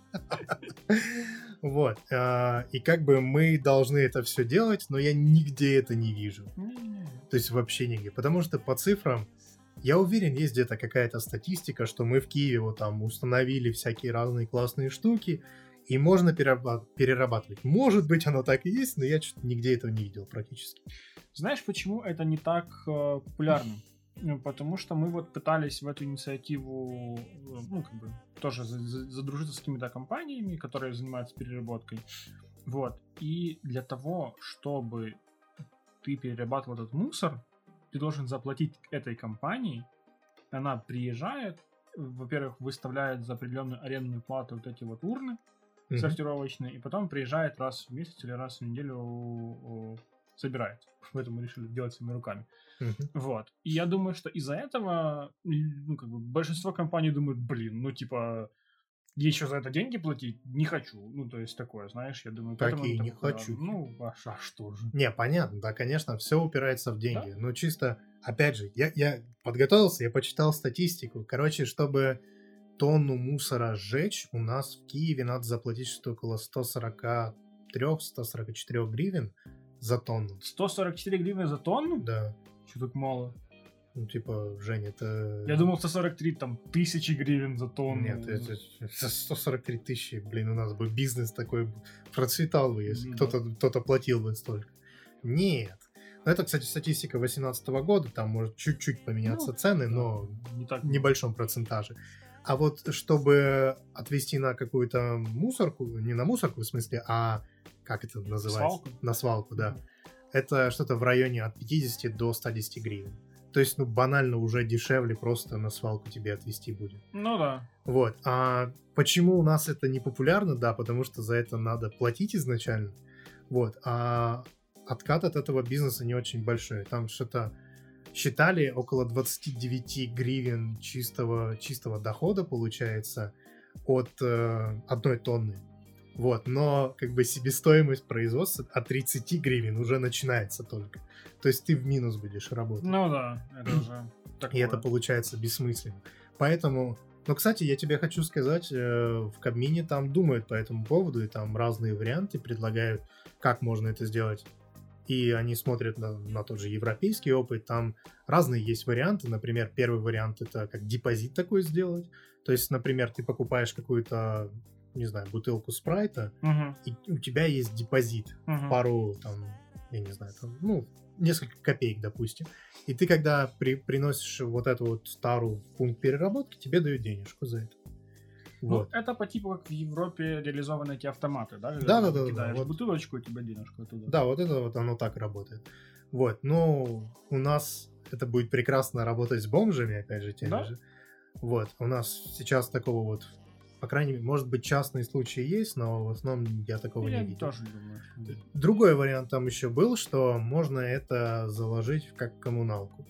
Вот. а, И как бы мы должны это все делать, но я нигде это не вижу. Не-не-не. То есть вообще нигде. Потому что по цифрам, я уверен, есть где-то какая-то статистика, что мы в Киеве вот там установили всякие разные классные штуки, и можно перераба- перерабатывать. Может быть, оно так и есть, но я что-то нигде этого не видел практически. Знаешь, почему это не так э, популярно? Ну, потому что мы вот пытались в эту инициативу, э, ну, как бы, тоже за- за- задружиться с какими-то компаниями, которые занимаются переработкой. Вот. И для того, чтобы ты перерабатывал этот мусор, ты должен заплатить этой компании. Она приезжает, во-первых, выставляет за определенную арендную плату вот эти вот урны Мгм. сортировочные, и потом приезжает раз в месяц или раз в неделю о, собирает. Поэтому мы решили делать своими руками. Мгм. Вот. И я думаю, что из-за этого, ну, как бы, большинство компаний думают, блин, ну, типа, еще за это деньги платить? Не хочу. Ну, то есть такое, знаешь, я думаю, Так поэтому и это не популярно. хочу. Ну, а, ш- а что же? Не, понятно, да, конечно, все упирается в деньги. Но чисто, опять же, я, я подготовился, я почитал статистику. Короче, чтобы тонну мусора сжечь, у нас в Киеве надо заплатить что-то около сто сорок три - сто сорок четыре гривен за тонну. сто сорок четыре гривны за тонну? Да. Что так мало? Ну, типа, Женя, это... Я думал, сто сорок три там тысячи гривен за тонну. Нет, это, это сто сорок три тысячи, блин, у нас бы бизнес такой процветал бы, если Ну, кто-то, да. кто-то платил бы столько. Нет. Ну, это, кстати, статистика две тысячи восемнадцатого года, там может чуть-чуть поменяться Ну, цены, да, но не так в небольшом процентаже. А вот чтобы отвезти на какую-то мусорку, не на мусорку в смысле, а как это называется? Свалку? На свалку, да. Это что-то в районе от пятидесяти до ста десяти гривен. То есть, ну, банально уже дешевле просто на свалку тебе отвезти будет. Ну да. Вот. А почему у нас это не популярно? Да, потому что за это надо платить изначально. Вот. А откат от этого бизнеса не очень большой. Там что-то считали около двадцать девять гривен чистого, чистого дохода получается от э, одной тонны. Вот, но как бы себестоимость производства от тридцати гривен уже начинается только. То есть ты в минус будешь работать. Ну да, это уже такое. И это получается бессмысленно. Поэтому, ну, кстати, я тебе хочу сказать, э, в Кабмине там думают по этому поводу, и там разные варианты предлагают, как можно это сделать. И они смотрят на, на тот же европейский опыт, там разные есть варианты. Например, первый вариант — это как депозит такой сделать. То есть, например, ты покупаешь какую-то, не знаю, бутылку спрайта, Угу. и у тебя есть депозит Угу. в пару, там, я не знаю, там, ну, несколько копеек, допустим. И ты, когда при, приносишь вот эту вот тару в пункт переработки, тебе дают денежку за это. Вот. Ну, это по типу, как в Европе реализованы эти автоматы, да? Да, да, да, кидаешь да, вот. бутылочку, и тебе денежку оттуда. Да, вот это вот оно так работает. Вот, ну, у нас это будет прекрасно работать с бомжами, опять же, теми Да? же. Вот, у нас сейчас такого вот, по крайней мере, может быть, частные случаи есть, но в основном я такого Я не видел. тоже думаю, что... Другой вариант там еще был, что можно это заложить как коммуналку.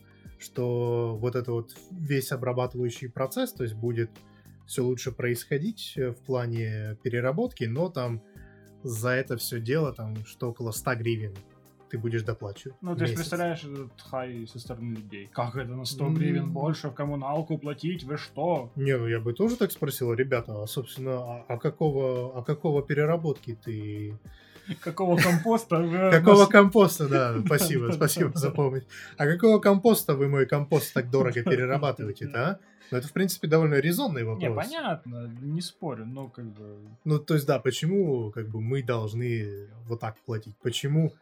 Что вот это вот весь обрабатывающий процесс, то есть будет все лучше происходить в плане переработки, но там за это все дело там что около ста гривен ты будешь доплачивать. Ну, в ты же месяц. представляешь этот хай со стороны людей. Как это на сто М. гривен больше в коммуналку платить? Вы что? Не, ну я бы тоже так спросил, ребята, а собственно, а, а какого, а какого переработки ты... Какого компоста вы... Какого компоста, да, спасибо, спасибо за помощь. А какого компоста вы мой компост так дорого перерабатываете-то, а? Ну, это, в принципе, довольно резонный вопрос. Не, понятно, не спорю, но как бы... Ну, то есть, да, почему как бы мы должны вот так платить? Почему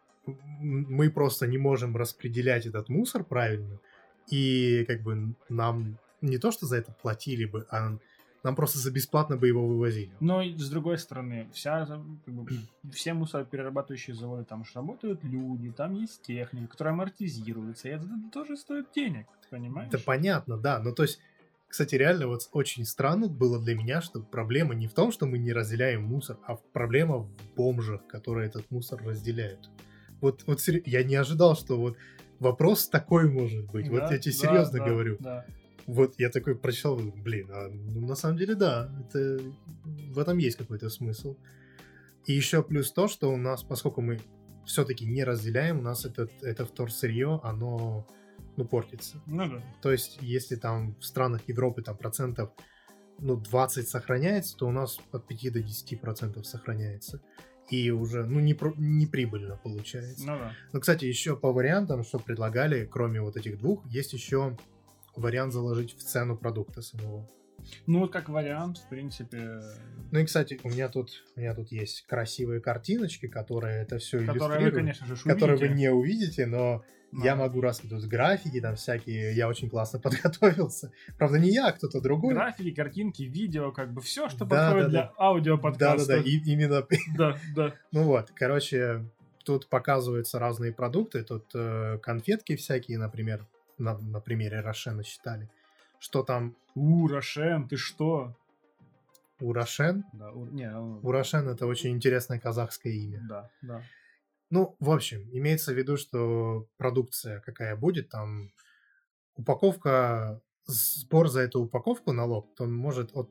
мы просто не можем распределять этот мусор правильно, и как бы нам не то, что за это платили бы, а нам просто за бесплатно бы его вывозили. Но и с другой стороны, вся, как бы, все мусороперерабатывающие заводы, там же работают люди, там есть техника, которая амортизируется, и это тоже стоит денег, понимаешь? Это понятно, да, но то есть, кстати, реально вот очень странно было для меня, что проблема не в том, что мы не разделяем мусор, а проблема в бомжах, которые этот мусор разделяют. Вот, вот сер... я не ожидал, что вот вопрос такой может быть. Да, Вот я тебе да, серьезно да, говорю. Да. Вот я такой прочитал, блин, а, ну, на самом деле да, это, в этом есть какой-то смысл. И еще плюс то, что у нас, поскольку мы все-таки не разделяем, у нас этот, это вторсырье, оно ну, портится. Ну да. То есть, если там в странах Европы там процентов ну, двадцать сохраняется, то у нас от пяти до десяти процентов сохраняется. И уже, ну, не, про, не прибыльно получается. Ну да. Ну, кстати, еще по вариантам, что предлагали, кроме вот этих двух, есть еще вариант заложить в цену продукта самого. Ну, вот как вариант, в принципе... Ну и, кстати, у меня тут, у меня тут есть красивые картиночки, которые это все Которые иллюстрируют. вы, конечно же, Которые вы увидите. не увидите, но Да. я могу раскидывать графики, там всякие, я очень классно подготовился. Правда, не я, а кто-то другой. Графики, картинки, видео, как бы все, что Да, подходит да, для да. аудиоподкаста. Да-да-да, и- именно. Да, да. Ну вот, короче, тут показываются разные продукты, тут э, конфетки всякие, например, на, на примере Рошена считали, что там У, Рошен, ты что? у Рошен. Да, у... Не, у... У Рошен это очень интересное казахское имя. Да, да. Ну, в общем, имеется в виду, что продукция какая будет, там упаковка, сбор за эту упаковку налог, то он может от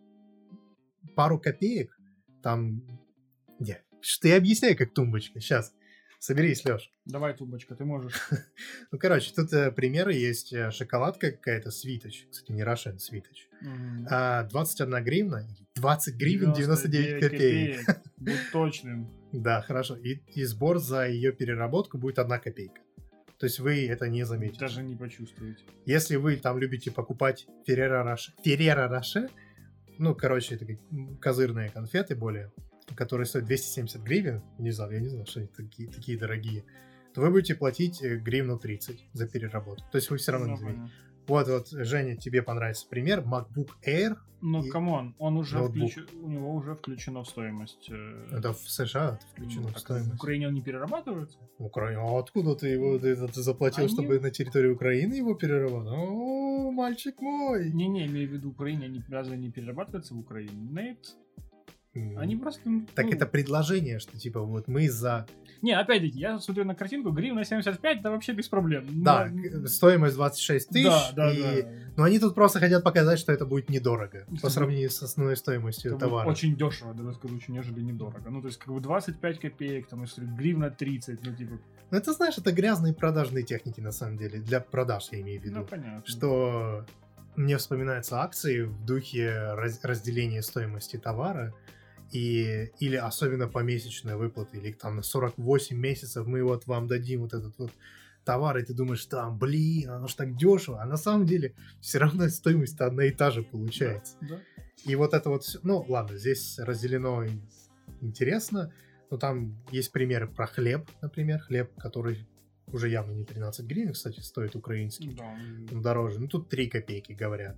пару копеек, там, не, что я объясняю, как тумбочка, сейчас, соберись, Леш. Давай, тумбочка, ты можешь. Ну, короче, тут э, примеры есть, э, шоколадка какая-то, Свиточ, кстати, не Рошен, Свиточ, Мгм. а, двадцать одна гривна, двадцать гривен девяносто девять копеек. копеек. Будь точным. Да, хорошо. И, и сбор за ее переработку будет одна копейка. То есть вы это не заметите. Даже не почувствуете. Если вы там любите покупать Ferrero Rocher, Ferrero Rocher, ну, короче, это козырные конфеты более, которые стоят двести семьдесят гривен, не знаю, я не знаю, что они такие, такие дорогие, то вы будете платить гривну тридцать за переработку. То есть вы все равно ну, не заметите. Вот, вот, Женя, тебе понравится пример. MacBook Air. Ну, камон, он уже включ... у него уже включено в стоимость. Это в США это включено ну, в стоимость. В Украине он не перерабатывается? В Украине? А откуда ты его ты, ты заплатил, они... чтобы на территории Украины его перерабатывать? О, мальчик мой! Не-не, имею в виду, в Украине они разве не перерабатываются в Украине? Нет. Mm. Они просто... Так ну... это предложение, что типа вот мы за... Не, опять-таки, я смотрю на картинку, гривна семьдесят пять, это вообще без проблем. Но... Да, стоимость двадцать шесть тысяч. Да, да, и... да. Но они тут просто хотят показать, что это будет недорого это по сравнению с основной стоимостью это товара. Очень дешево, даже скажу, нежели недорого. Ну, то есть, как бы двадцать пять копеек, там, если гривна тридцать, ну, типа... Ну, это, знаешь, это грязные продажные техники, на самом деле. Для продаж, я имею в виду. Ну, понятно. Что мне вспоминаются акции в духе раз- разделения стоимости товара. И, или особенно помесячная выплата, или там на сорок восемь месяцев мы вот вам дадим вот этот вот товар, и ты думаешь, там, блин, оно ж так дешево, а на самом деле все равно стоимость одна и та же получается. Да, да. И вот это вот все, ну ладно, здесь разделено интересно, но там есть примеры про хлеб, например, хлеб, который уже явно не тринадцать гривен, кстати, стоит украинский, да. дороже, ну тут три копейки говорят.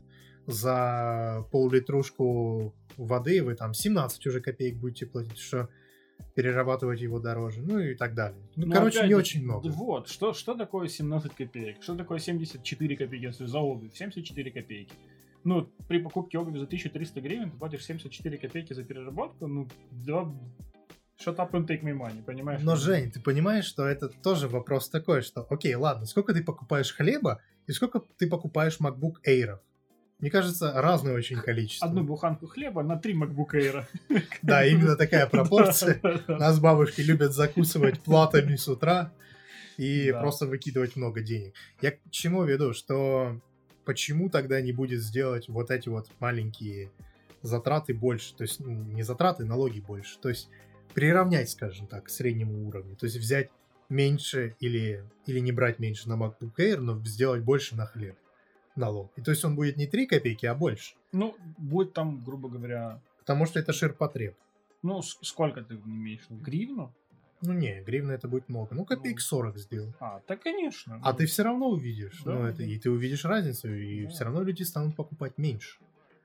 За пол-литрушку воды вы там семнадцать уже копеек будете платить, что перерабатывать его дороже, ну и так далее. Ну, ну короче, опять, не очень много. Вот, что, что такое семнадцать копеек? Что такое семьдесят четыре копейки, если за обувь? семьдесят четыре копейки. Ну, при покупке обуви за тысячу триста гривен ты платишь семьдесят четыре копейки за переработку, ну, да, shut up and take my money, понимаешь? Но, Жень, ты понимаешь, что это тоже вопрос такой, что, окей, ладно, сколько ты покупаешь хлеба и сколько ты покупаешь MacBook Air? Мне кажется, разное очень количество. Одну буханку хлеба на три MacBook Air. Да, именно такая пропорция. Нас бабушки любят закусывать платами с утра и да. просто выкидывать много денег. Я к чему веду, что почему тогда не будет сделать вот эти вот маленькие затраты больше, то есть не затраты, налоги больше, то есть приравнять, скажем так, к среднему уровню, то есть взять меньше или, или не брать меньше на MacBook Air, но сделать больше на хлеб. Налог. И то есть он будет не три копейки, а больше. Ну, будет там, грубо говоря... Потому что это ширпотреб. Ну, с- сколько ты имеешь? Гривну? Ну, не, гривна это будет много. Ну, копеек сорок сделал. А, да, конечно. А ну... ты все равно увидишь. Да, ну, это, да. и ты увидишь разницу, и да. все равно люди станут покупать меньше.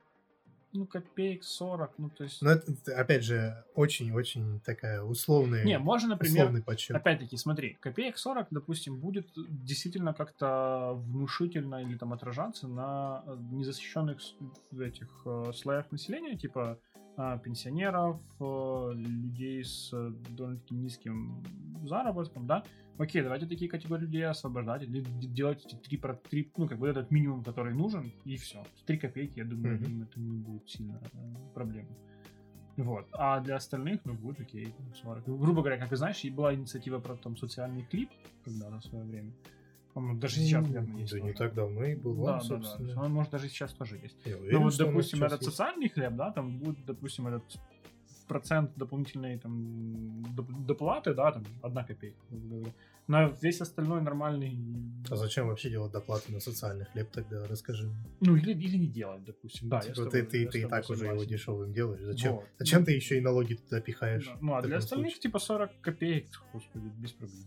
Ну, копеек сорок, ну, то есть... Но это, опять же, очень-очень такая условная... Не, можно, например, условный подсчет. Опять-таки, смотри, копеек сорок, допустим, будет действительно как-то внушительно или там отражаться на незащищенных этих э, слоях населения, типа э, пенсионеров, э, людей с э, довольно-таки низким заработком, да? Окей, давайте такие категории людей освобождать, или делать эти три, три, ну, как бы этот минимум, который нужен, и все. три копейки, я думаю, mm-hmm. это не будет сильно э, проблемой. Вот. А для остальных, ну, будет окей, сорок. Грубо говоря, как ты знаешь, и была инициатива про там социальный клип когда-то в свое время. По-моему, даже сейчас, наверное, есть. Да не так давно и был, да, собственно. Да, да. Он, может, даже сейчас тоже есть. Я уверен, ну, вот, допустим, этот есть. социальный хлеб, да, там будет, допустим, этот процент дополнительной там доплаты, да, там, одна копейка. На весь остальной нормальный... А зачем вообще делать доплаты на социальный хлеб тогда? Расскажи. Ну, или, или не делать, допустим. Да, типа, я ты, тобой, ты, я ты и так согласен. уже его дешевым делаешь. Зачем? Вот. Зачем ну, ты еще и налоги туда пихаешь? Да. Ну, а для остальных, случае? Типа, сорок копеек, господи, без проблем.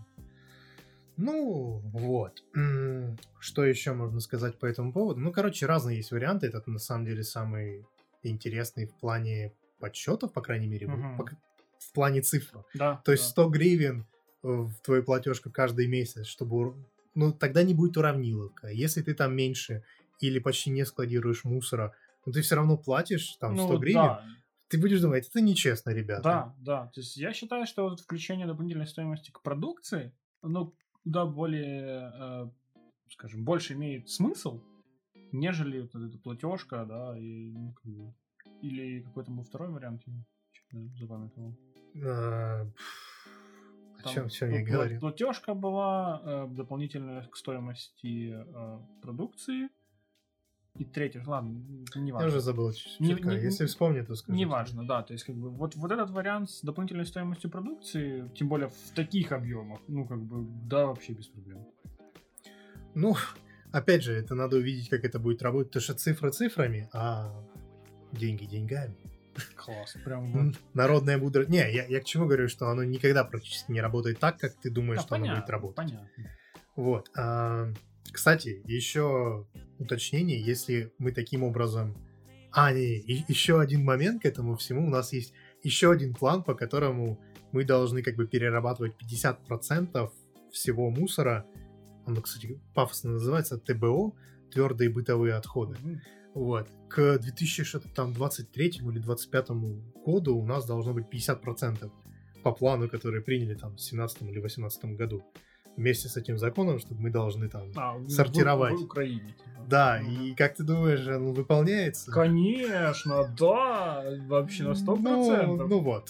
Ну, вот. Что еще можно сказать по этому поводу? Ну, короче, разные есть варианты. Это, на самом деле, самый интересный в плане подсчетов, по крайней мере, uh-huh. в плане цифр. Да, То есть да. сто гривен в твою платежку каждый месяц, чтобы... Ну, тогда не будет уравниловка. Если ты там меньше или почти не складируешь мусора, но ты все равно платишь там сто ну, гривен, да. Ты будешь думать, это нечестно, ребята. Да, да. То есть я считаю, что вот включение дополнительной стоимости к продукции, ну, куда более, э, скажем, больше имеет смысл, нежели вот эта платежка, да, и, ну, или какой-то был второй вариант, я что-то запамятовал. А, о чем, о чем я говорил? Платежка была э, дополнительная к стоимости э, продукции. И третье, ладно, не важно. Я уже забыл чуть-чуть. Не, не, Если вспомню, то скажу. Не важно, да. То есть, как бы, вот, вот этот вариант с дополнительной стоимостью продукции, тем более в таких объемах, ну, как бы, да, вообще без проблем. Ну, опять же, это надо увидеть, как это будет работать, потому что цифры цифрами, а деньги деньгами. Класс, прям вот. Народная мудрость. Не, я, я к чему говорю, что оно никогда практически не работает так, как ты думаешь, Да, что оно понятно, будет работать. понятно. Вот. А, кстати, еще уточнение, если мы таким образом... А, не, и, еще один момент к этому всему. У нас есть еще один план, по которому мы должны как бы перерабатывать пятьдесят процентов всего мусора. Оно, кстати, пафосно называется тэ бэ о, твердые бытовые отходы. Mm-hmm. Вот. К две тысячи двадцать третьему или двадцать пятому году у нас должно быть пятьдесят процентов по плану, который приняли там в семнадцатом или восемнадцатом году. Вместе с этим законом, чтобы мы должны там а, сортировать. В, в Украине. Типа. Да, mm-hmm. и как ты думаешь, он выполняется? Конечно, да, вообще на сто процентов. Ну, ну вот.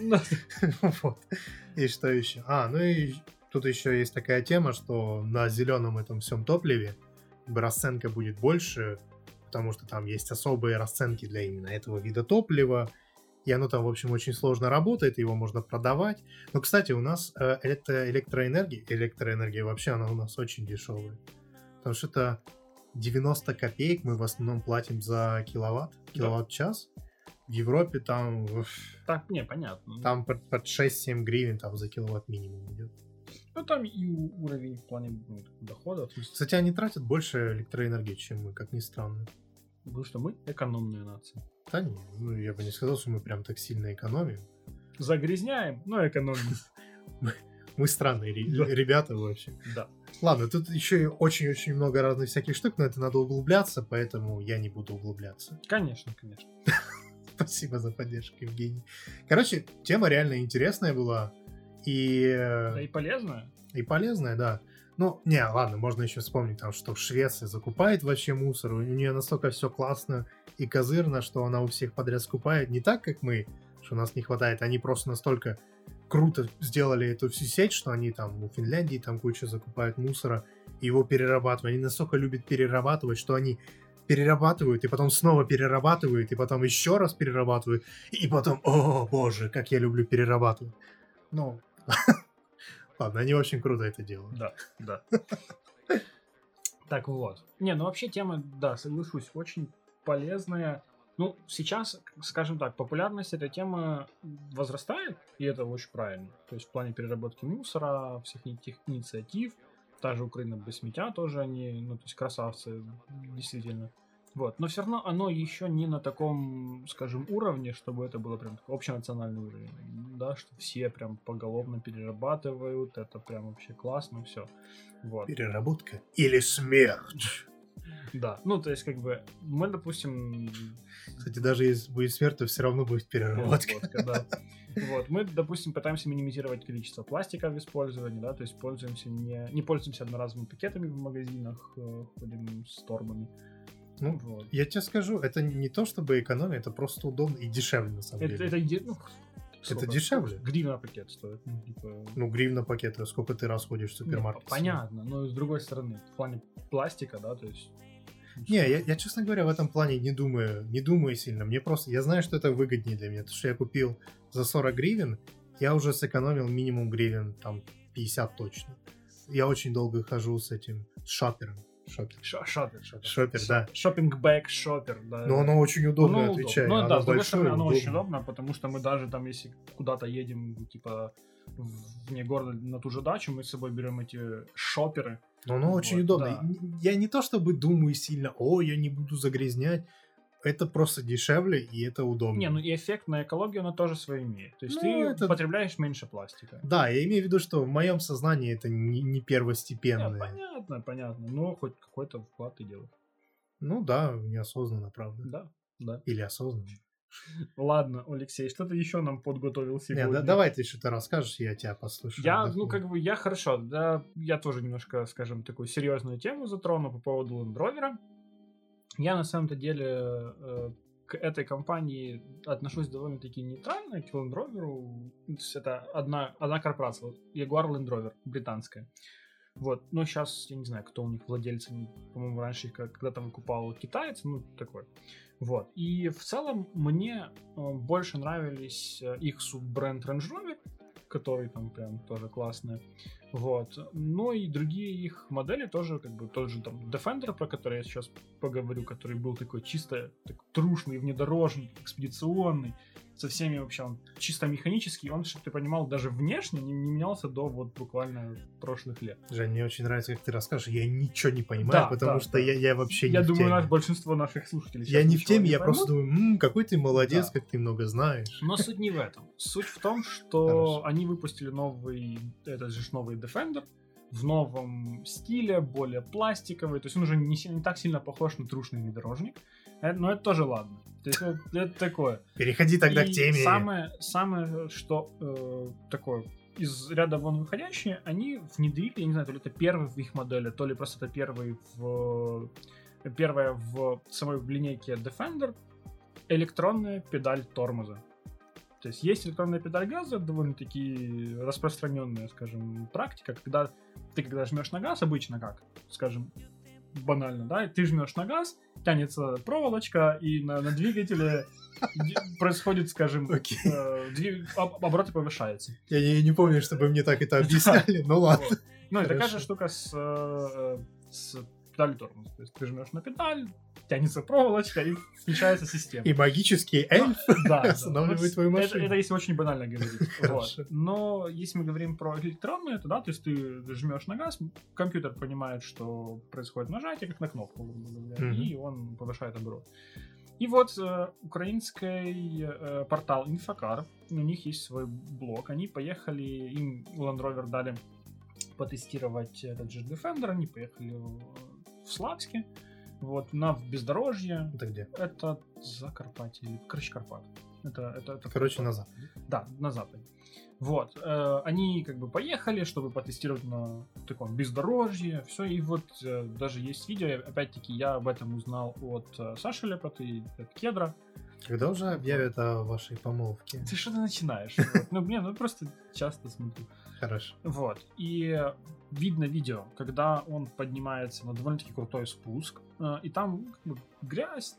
Вот. И что еще? А, ну и тут еще есть такая тема, что на зеленом этом всем топливе расценка будет больше, потому что там есть особые расценки для именно этого вида топлива, и оно там, в общем, очень сложно работает, его можно продавать. Но, кстати, у нас э, электро- электроэнергия, электроэнергия вообще, она у нас очень дешевая, потому что это девяносто копеек мы в основном платим за киловатт, киловатт-час. В Европе там... Так, не, понятно. Там под, под шесть-семь гривен там за киловатт минимум идет. Ну, там и уровень в плане ну, дохода. Кстати, они тратят больше электроэнергии, чем мы, как ни странно. Потому что мы экономная нация. Да не, ну я бы не сказал, что мы прям так сильно экономим. Загрязняем, но экономим. Мы странные ребята вообще. Да. Ладно, тут еще и очень-очень много разных всяких штук, но это надо углубляться, поэтому я не буду углубляться. Конечно, конечно. Спасибо за поддержку, Евгений. Короче, тема реально интересная была. И... Да и полезная. И полезная, да. Ну, не, ладно, можно еще вспомнить, там, что в Швеции закупает вообще мусор. У нее настолько все классно и козырно, что она у всех подряд скупает. Не так, как мы, что у нас не хватает. Они просто настолько круто сделали эту всю сеть, что они там у Финляндии там кучу закупают мусора и его перерабатывают. Они настолько любят перерабатывать, что они перерабатывают, и потом снова перерабатывают, и потом еще раз перерабатывают, и потом, о боже, как я люблю перерабатывать. Ну, ладно, они очень круто это делают. Да, да. Так вот. Не, ну вообще тема, да, соглашусь, очень полезная. Ну, сейчас, скажем так, популярность этой темы возрастает, и это очень правильно. То есть в плане переработки мусора, всех этих инициатив, та же Украина без сметя тоже они, ну, то есть красавцы, действительно. Вот, но все равно оно еще не на таком, скажем, уровне, чтобы это было прям такой общенациональный уровень, да, что все прям поголовно перерабатывают, это прям вообще классно, все. Вот. Переработка или смерть. Да, ну, то есть, как бы, мы, допустим... Кстати, даже если будет смерть, то все равно будет переработка. переработка, да. Вот, мы, допустим, пытаемся минимизировать количество пластика в использовании, да, то есть пользуемся не, не пользуемся одноразовыми пакетами в магазинах, э, ходим с торбами. Ну, вот. Я тебе скажу, это не то чтобы экономия, это просто удобно и дешевле, на самом это, деле. Это, ну, это дешевле. Гривна пакет стоит. Ну, типа... ну гривна пакет, а сколько ты раз ходишь в супермаркет? Нет, понятно, но с другой стороны, в плане пластика, да, то есть... Не, я, я, честно говоря, в этом плане не думаю, не думаю сильно. Мне просто, я знаю, что это выгоднее для меня, потому что я купил за сорок гривен, я уже сэкономил минимум гривен, там, пятьдесят точно. Я очень долго хожу с этим, с шопером. Шопер. Шопер, шопер. Шопер, да. Шоппинг-бэк, шопер, да. Но оно очень удобно, ну, отвечаю. Ну, оно да, с другой стороны, оно удобно. очень удобно, потому что мы даже там, если куда-то едем, типа, вне города на ту же дачу, мы с собой берем эти шоперы. Но оно вот, очень удобно. Да. Я не то чтобы думаю сильно, о, я не буду загрязнять. Это просто дешевле, и это удобно. Не, ну и эффект на экологию, оно тоже свое имеет. То есть ну, ты это... потребляешь меньше пластика. Да, я имею в виду, что в моем сознании это не, не первостепенное. Не, понятно, понятно. Но хоть какой-то вклад ты делаешь. Ну да, неосознанно, правда. Да, да. Или осознанно. Ладно, Алексей, что ты еще нам подготовил сегодня? Не, да, давай ты что-то расскажешь, я тебя послушаю. Я, отдохну. ну, как бы, я хорошо, да, я тоже немножко, скажем, такую серьезную тему затрону по поводу Land Rover. Я, на самом-то деле, э, к этой компании отношусь довольно-таки нейтрально, к Land Rover. Это одна, одна корпорация, Jaguar Land Rover, британская. Вот, но сейчас, я не знаю, кто у них владельцы, по-моему, раньше их когда-то выкупал китаец, ну, такой. Вот, и в целом мне э, больше нравились э, их суббренд Range Rover, который там прям тоже классный. Вот. Ну и другие их модели тоже, как бы тот же там Defender, про который я сейчас поговорю, который был такой чисто так, трушный внедорожник, экспедиционный, со всеми вообще, он чисто механический, он, чтобы ты понимал, даже внешне не, не менялся до вот буквально прошлых лет. Жень, мне очень нравится, как ты расскажешь, я ничего не понимаю, да, потому да, что да. Я, я вообще я не думаю, в теме. Наш, большинство наших слушателей Я не в теме, не я поймут. просто думаю, м-м, какой ты молодец, Да. как ты много знаешь. Но суть не в этом. Суть в том, что Хорошо. Они выпустили новый, этот же новый Defender в новом стиле, более пластиковый, то есть он уже не, не так сильно похож на трушный внедорожник, но это тоже ладно. То есть это, это такое. Переходи тогда И к теме. Самое, самое что э, такое, из ряда вон выходящие, они внедрили, я не знаю, то ли это первый в их модели, то ли просто это первый в первая в самой линейке Defender электронная педаль тормоза. То есть есть электронная педаль газа, довольно-таки распространенная, скажем, практика, когда ты когда жмешь на газ, обычно как, скажем, банально, да, ты жмешь на газ, тянется проволочка, и на, на двигателе происходит, скажем, okay. э, двиг... обороты повышаются. Я, я не помню, чтобы мне так это объясняли, ну ладно. Вот. Ну, это такая же штука с, с педалью тормоза. То есть ты жмешь на педаль, тянется проволочка и включается система. И магический эльф да, останавливает да. твою машину. Это, это если очень банально говорить. Вот. Но если мы говорим про электронную, то да, то есть ты жмешь на газ, компьютер понимает, что происходит нажатие, как на кнопку, mm-hmm. и он повышает оборот. И вот э, украинский э, портал Infokar, у них есть свой блог, они поехали, им Land Rover дали потестировать этот же Defender, они поехали в, в Славске, вот, на бездорожье. Это где? Это Закарпатье, короче, Карпат. Это, это, это короче, Карпат. На западе. Да, на западе. Вот, э, они как бы поехали, чтобы потестировать на таком бездорожье, все, и вот э, даже есть видео, опять-таки я об этом узнал от э, Саши Лепоты, от Кедра. Когда уже объявят о вашей помолвке? Ты что ты начинаешь? Вот. Ну, блин, ну просто часто смотрю. Хорошо. Вот, и видно видео, когда он поднимается на довольно-таки крутой спуск, э, и там как бы, грязь,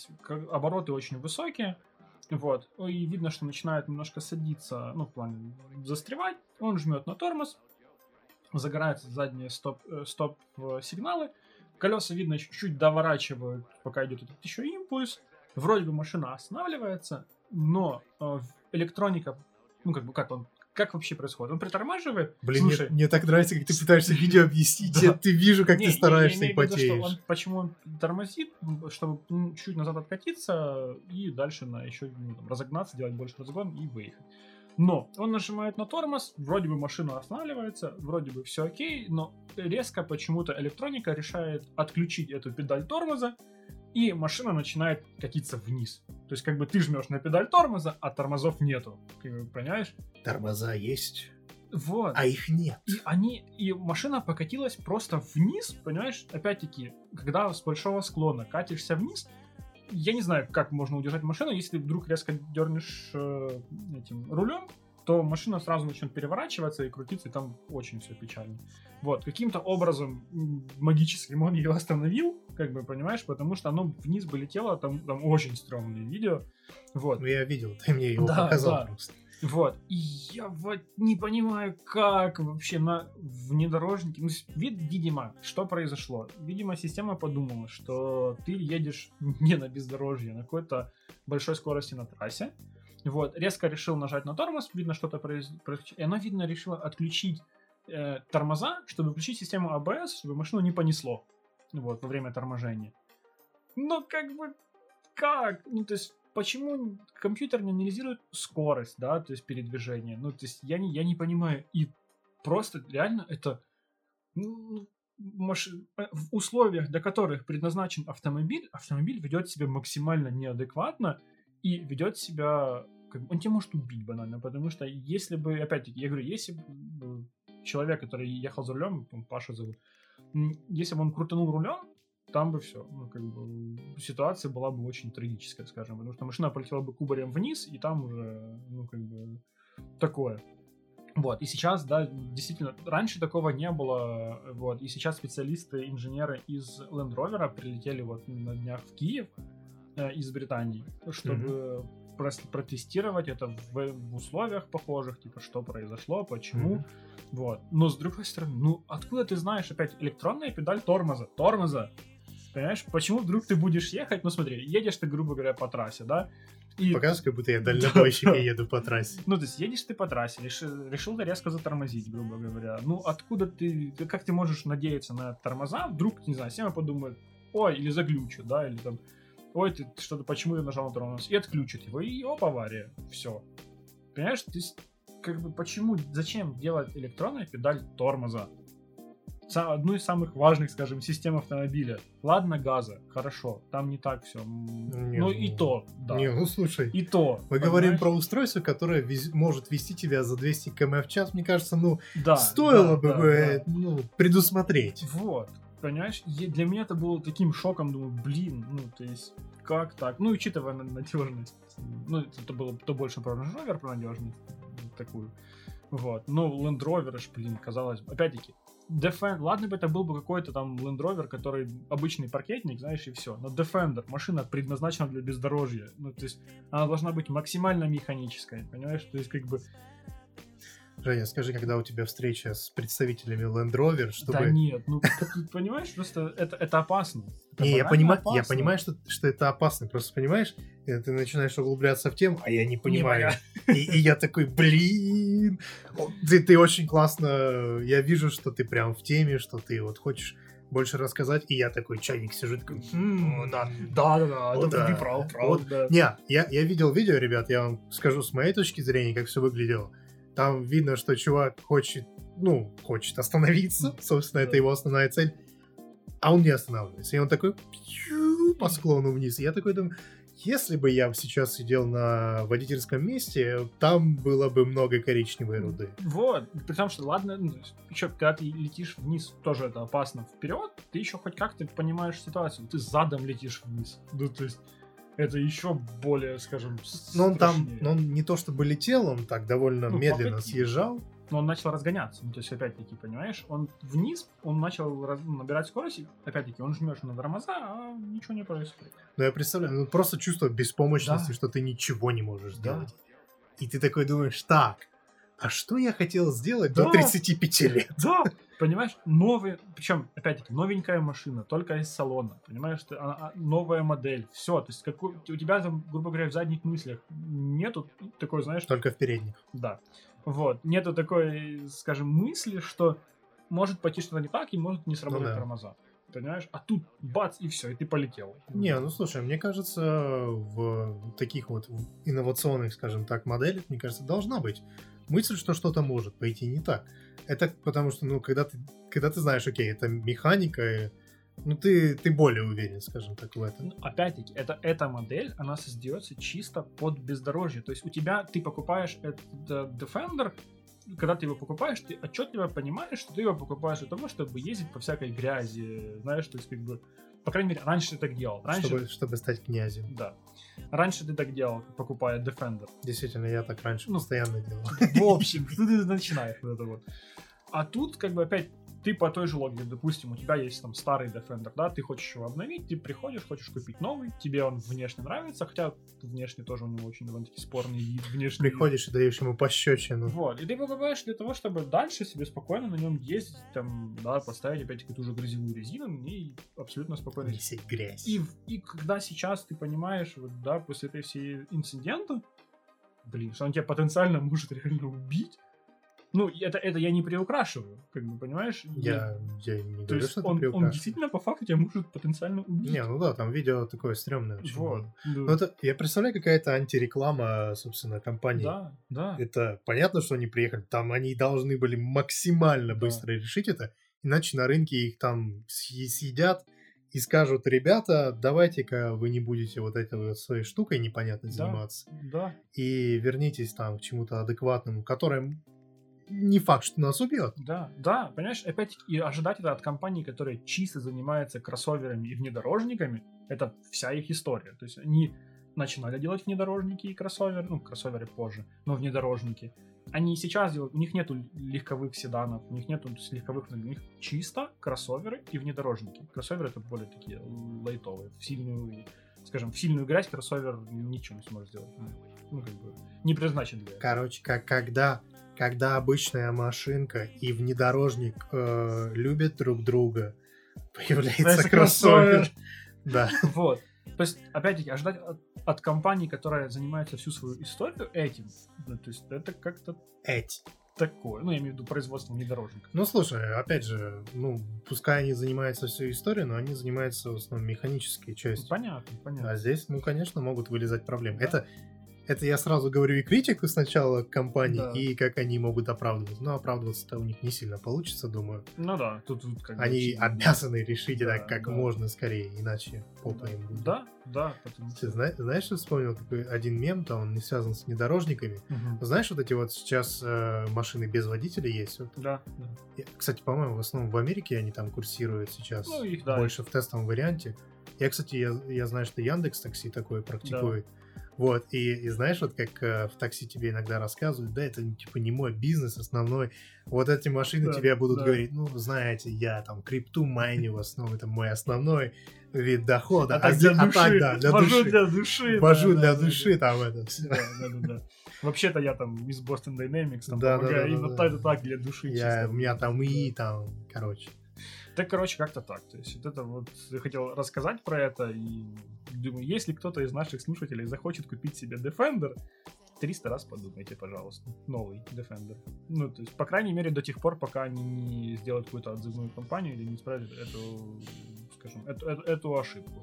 обороты очень высокие, вот, и видно, что начинает немножко садиться, ну, в плане застревать, он жмет на тормоз, загораются задние стоп, э, стоп-сигналы, колеса, видно, чуть-чуть доворачивают, пока идет этот еще импульс, вроде бы машина останавливается, но э, электроника, ну, как бы, как он, как вообще происходит? Он притормаживает? Блин, Слушай, мне, мне так нравится, как ты пытаешься видео объяснить. Да. Я, ты вижу, как не, ты стараешься я, я и потеешь. Он, почему он тормозит, чтобы ну, чуть назад откатиться и дальше на еще ну, там, разогнаться, делать больше разгон и выехать. Но он нажимает на тормоз, вроде бы машина останавливается, вроде бы все окей, но резко почему-то электроника решает отключить эту педаль тормоза, и машина начинает катиться вниз. То есть, как бы ты жмешь на педаль тормоза, а тормозов нету. Ты понимаешь? Тормоза есть, вот. А их нет. И они, и машина покатилась просто вниз, понимаешь? Опять-таки, когда с большого склона катишься вниз, я не знаю, как можно удержать машину, если вдруг резко дернешь э, этим рулем, то машина сразу начнет переворачиваться и крутиться, и там очень все печально. Вот, каким-то образом магическим он ее остановил, как бы, понимаешь, потому что оно вниз бы летело, там, там очень стрёмные видео. Вот. Ну, я видел, ты мне его да, показал да. просто. Вот, и я вот не понимаю, как вообще на внедорожнике, ну, вид, видимо, что произошло? Видимо, система подумала, что ты едешь не на бездорожье, на какой-то большой скорости на трассе, вот, резко решил нажать на тормоз, видно, что-то произошло, и она, видно, решила отключить э, тормоза, чтобы включить систему а бэ эс, чтобы машину не понесло, вот, во время торможения. Но как бы, как? Ну, то есть, почему компьютер не анализирует скорость, да, то есть передвижения? Ну, то есть я не, я не понимаю. И просто реально это ну, маш... в условиях, для которых предназначен автомобиль, автомобиль ведет себя максимально неадекватно и ведет себя... Как... Он тебя может убить банально, потому что если бы, опять-таки, я говорю, если бы человек, который ехал за рулем, Паша зовут, если бы он крутанул рулем, там бы все, ну, как бы, ситуация была бы очень трагическая, скажем, потому что машина полетела бы кубарем вниз, и там уже, ну, как бы, такое. Вот, и сейчас, да, действительно, раньше такого не было, вот, и сейчас специалисты, инженеры из Land Rover прилетели вот на днях в Киев э, из Британии, чтобы mm-hmm. просто протестировать это в, в условиях похожих, типа, что произошло, почему. Mm-hmm. Вот. Но с другой стороны, ну, откуда ты знаешь, опять, электронная педаль тормоза, тормоза, понимаешь, почему вдруг ты будешь ехать, ну, смотри, едешь ты, грубо говоря, по трассе, да, и... Показывай, как будто я дальнобойщик и еду по трассе. Ну, то есть едешь ты по трассе, решил, решил ты резко затормозить, грубо говоря. Ну, откуда ты, как ты можешь надеяться на тормоза? Вдруг, не знаю, Сема подумает, ой, или заглючит, да, или там, ой, ты что-то, почему я нажал на тормоз, и отключит его, и оп, авария, все. Понимаешь, то есть, как бы, почему, зачем делать электронную педаль тормоза? Одну из самых важных, скажем, систем автомобиля. Ладно, газа, хорошо, там не так все. Не, ну, ну, и то, да. Не, ну, слушай. И то. Мы понимаешь? Говорим про устройство, которое вез... может вести тебя за двести километров в час. Мне кажется, ну, да, стоило да, бы да, бы, да. Ну, предусмотреть. Вот, понимаешь? Для меня это было таким шоком. Думаю, блин, ну, то есть, как так? Ну, учитывая надежность. Ну, это было то больше про Range Rover, про надежность такую. Вот. Но Land Rover, блин, казалось бы. Опять-таки, Defender, ладно бы это был бы какой-то там Land Rover, который обычный паркетник, знаешь, и все. Но Defender, машина предназначена для бездорожья. Ну, то есть, она должна быть максимально механической, понимаешь? То есть, как бы... Женя, скажи, когда у тебя встреча с представителями Land Rover, чтобы... Да нет, ну, ты, понимаешь, просто это, это опасно. Это не, я понимаю, опасно. я понимаю, что, что это опасно, просто понимаешь, ты начинаешь углубляться в тему, а я не понимаю. Не и, и я такой, блин, ты, ты очень классно, я вижу, что ты прям в теме, что ты вот хочешь больше рассказать, и я такой, чайник сижу, такой, м-м, да, да, да, да, вот да, да. ты прав, прав, вот. да. Не, я, я видел видео, ребят, я вам скажу с моей точки зрения, как все выглядело. Там видно, что чувак хочет, ну, хочет остановиться, собственно, это его основная цель, а он не останавливается. И он такой по склону вниз. И я такой думаю, если бы я сейчас сидел на водительском месте, там было бы много коричневой руды. Вот, при том, что ладно, ну, еще когда ты летишь вниз, тоже это опасно. Вперед, ты еще хоть как-то понимаешь ситуацию, ты задом летишь вниз. Ну, то есть, это еще более, скажем, но он там, но он не то чтобы летел, он так довольно ну, медленно попытки. съезжал. Но он начал разгоняться. Ну, то есть, опять-таки, понимаешь, он вниз, он начал раз, набирать скорость, и, опять-таки, он жмешь на тормоза, а ничего не происходит. Ну, я представляю, ну, просто чувство беспомощности, да. что ты ничего не можешь да. сделать. И ты такой думаешь, так, а что я хотел сделать да. до тридцати пяти лет? Да, понимаешь, новые, причем, опять-таки, новенькая машина, только из салона, понимаешь, ты, а, новая модель, все, то есть какой, у тебя там, грубо говоря, в задних мыслях нету такой, знаешь... Только в передних. Да, вот, нету такой, скажем, мысли, что может пойти что-то не так и может не сработать ну, да. тормоза. Понимаешь? А тут бац, и все, и ты полетел. Не, ну слушай, мне кажется, в таких вот инновационных, скажем так, моделях, мне кажется, должна быть мысль, что что-то может пойти не так. Это потому что, ну, когда ты, когда ты знаешь, окей, это механика, ну, ты, ты более уверен, скажем так, в этом. Опять-таки, это, эта модель, она создается чисто под бездорожье. То есть у тебя, ты покупаешь этот Defender, когда ты его покупаешь, ты отчетливо понимаешь, что ты его покупаешь для того, чтобы ездить по всякой грязи, знаешь, то есть как бы, по крайней мере, раньше ты так делал. Раньше... Чтобы, чтобы стать князем. Да. Раньше ты так делал, покупая Defender. Действительно, я так раньше ну, постоянно делал. В общем, ты начинаешь вот это вот. А тут, как бы, опять, ты по той же логике, допустим, у тебя есть там старый Defender, да, ты хочешь его обновить, ты приходишь, хочешь купить новый, тебе он внешне нравится, хотя внешне тоже у него очень довольно-таки спорный вид. Внешний приходишь вид. И даешь ему пощечину. Вот, и ты покупаешь для того, чтобы дальше себе спокойно на нем ездить, там, да, поставить опять-таки ту же грязевую резину и абсолютно спокойно. Несить грязь. И, и когда сейчас ты понимаешь, вот, да, после этой всей инцидента, блин, что он тебя потенциально может реально убить. Ну, это, это я не приукрашиваю, как бы, понимаешь? Я, я не То говорю, есть что он, ты приукрашиваешь. он действительно по факту тебя может потенциально убить. Не, ну да, там видео такое стрёмное очень. Вот. Да. Ну, это, я представляю, какая-то антиреклама, собственно, компании. Да, да. Это понятно, что они приехали, там они должны были максимально да. быстро решить это, иначе на рынке их там съедят и скажут, ребята, давайте-ка вы не будете вот этой вот своей штукой непонятной да, заниматься. Да. И вернитесь там к чему-то адекватному, которое... не факт, что нас убьет. Да, да, понимаешь, опять и ожидать это от компании, которая чисто занимается кроссоверами и внедорожниками, это вся их история. То есть они начинали делать внедорожники и кроссоверы, ну, кроссоверы позже, но внедорожники. Они и сейчас делают, у них нету легковых седанов, у них нету легковых, у них чисто кроссоверы и внедорожники. Кроссоверы это более такие лайтовые, в сильную скажем, в сильную грязь кроссовер ничего не сможет сделать. Ну, как бы, не предназначен для этого. Короче, как, когда, когда обычная машинка и внедорожник э, любят друг друга, появляется Появляется кроссовер. кроссовер. Да. Вот. То есть, опять-таки, ожидать от, от компании, которая занимается всю свою историю этим, ну, то есть, это как-то Эти. такое. Ну, я имею в виду производство внедорожников. Ну, слушай, опять же, ну, пускай они занимаются всей историей, но они занимаются в основном механической частью. Понятно, понятно. А здесь, ну, конечно, могут вылезать проблемы. Да. Это, это я сразу говорю и критику сначала к компании, Да. и как они могут оправдываться. Но оправдываться-то у них не сильно получится, думаю. Ну да, тут, тут как бы Они очень- обязаны решить Да, это как да. можно скорее, иначе попа им будет. Да, да, потому Ты что... зна- знаешь, что вспомнил? Такой один мем, там он не связан с внедорожниками. Мгм. Знаешь, вот эти вот сейчас э, машины без водителя есть? Вот. Да, да. Я- Кстати, по-моему, в основном в Америке они там курсируют сейчас. Ну, их, да, больше в тестовом варианте. Я, кстати, я, я знаю, что Яндекс Такси такое практикует. Вот, и, и знаешь, вот как э, в такси тебе иногда рассказывают, да, это типа не мой бизнес основной. Вот эти машины Да, тебе будут да. говорить, ну, знаете, я там крипту майню в основном, это мой основной вид дохода. А так здесь- для а души, так, да, для вожу души. для души. Вожу да, для да, души, там это все. Да, да, да, да. Вообще-то я там из Boston Dynamics там Да, да, помогаю, да, и да, вот да. это так для души. Я, чисто. у меня там и там, короче. Так, короче, как-то так. То есть вот это вот я хотел рассказать про это, и думаю, если кто-то из наших слушателей захочет купить себе Defender, триста раз подумайте, пожалуйста. Новый Defender. Ну, то есть, по крайней мере, до тех пор, пока они не сделают какую-то отзывную кампанию или не исправят эту, скажем, эту, эту, эту ошибку.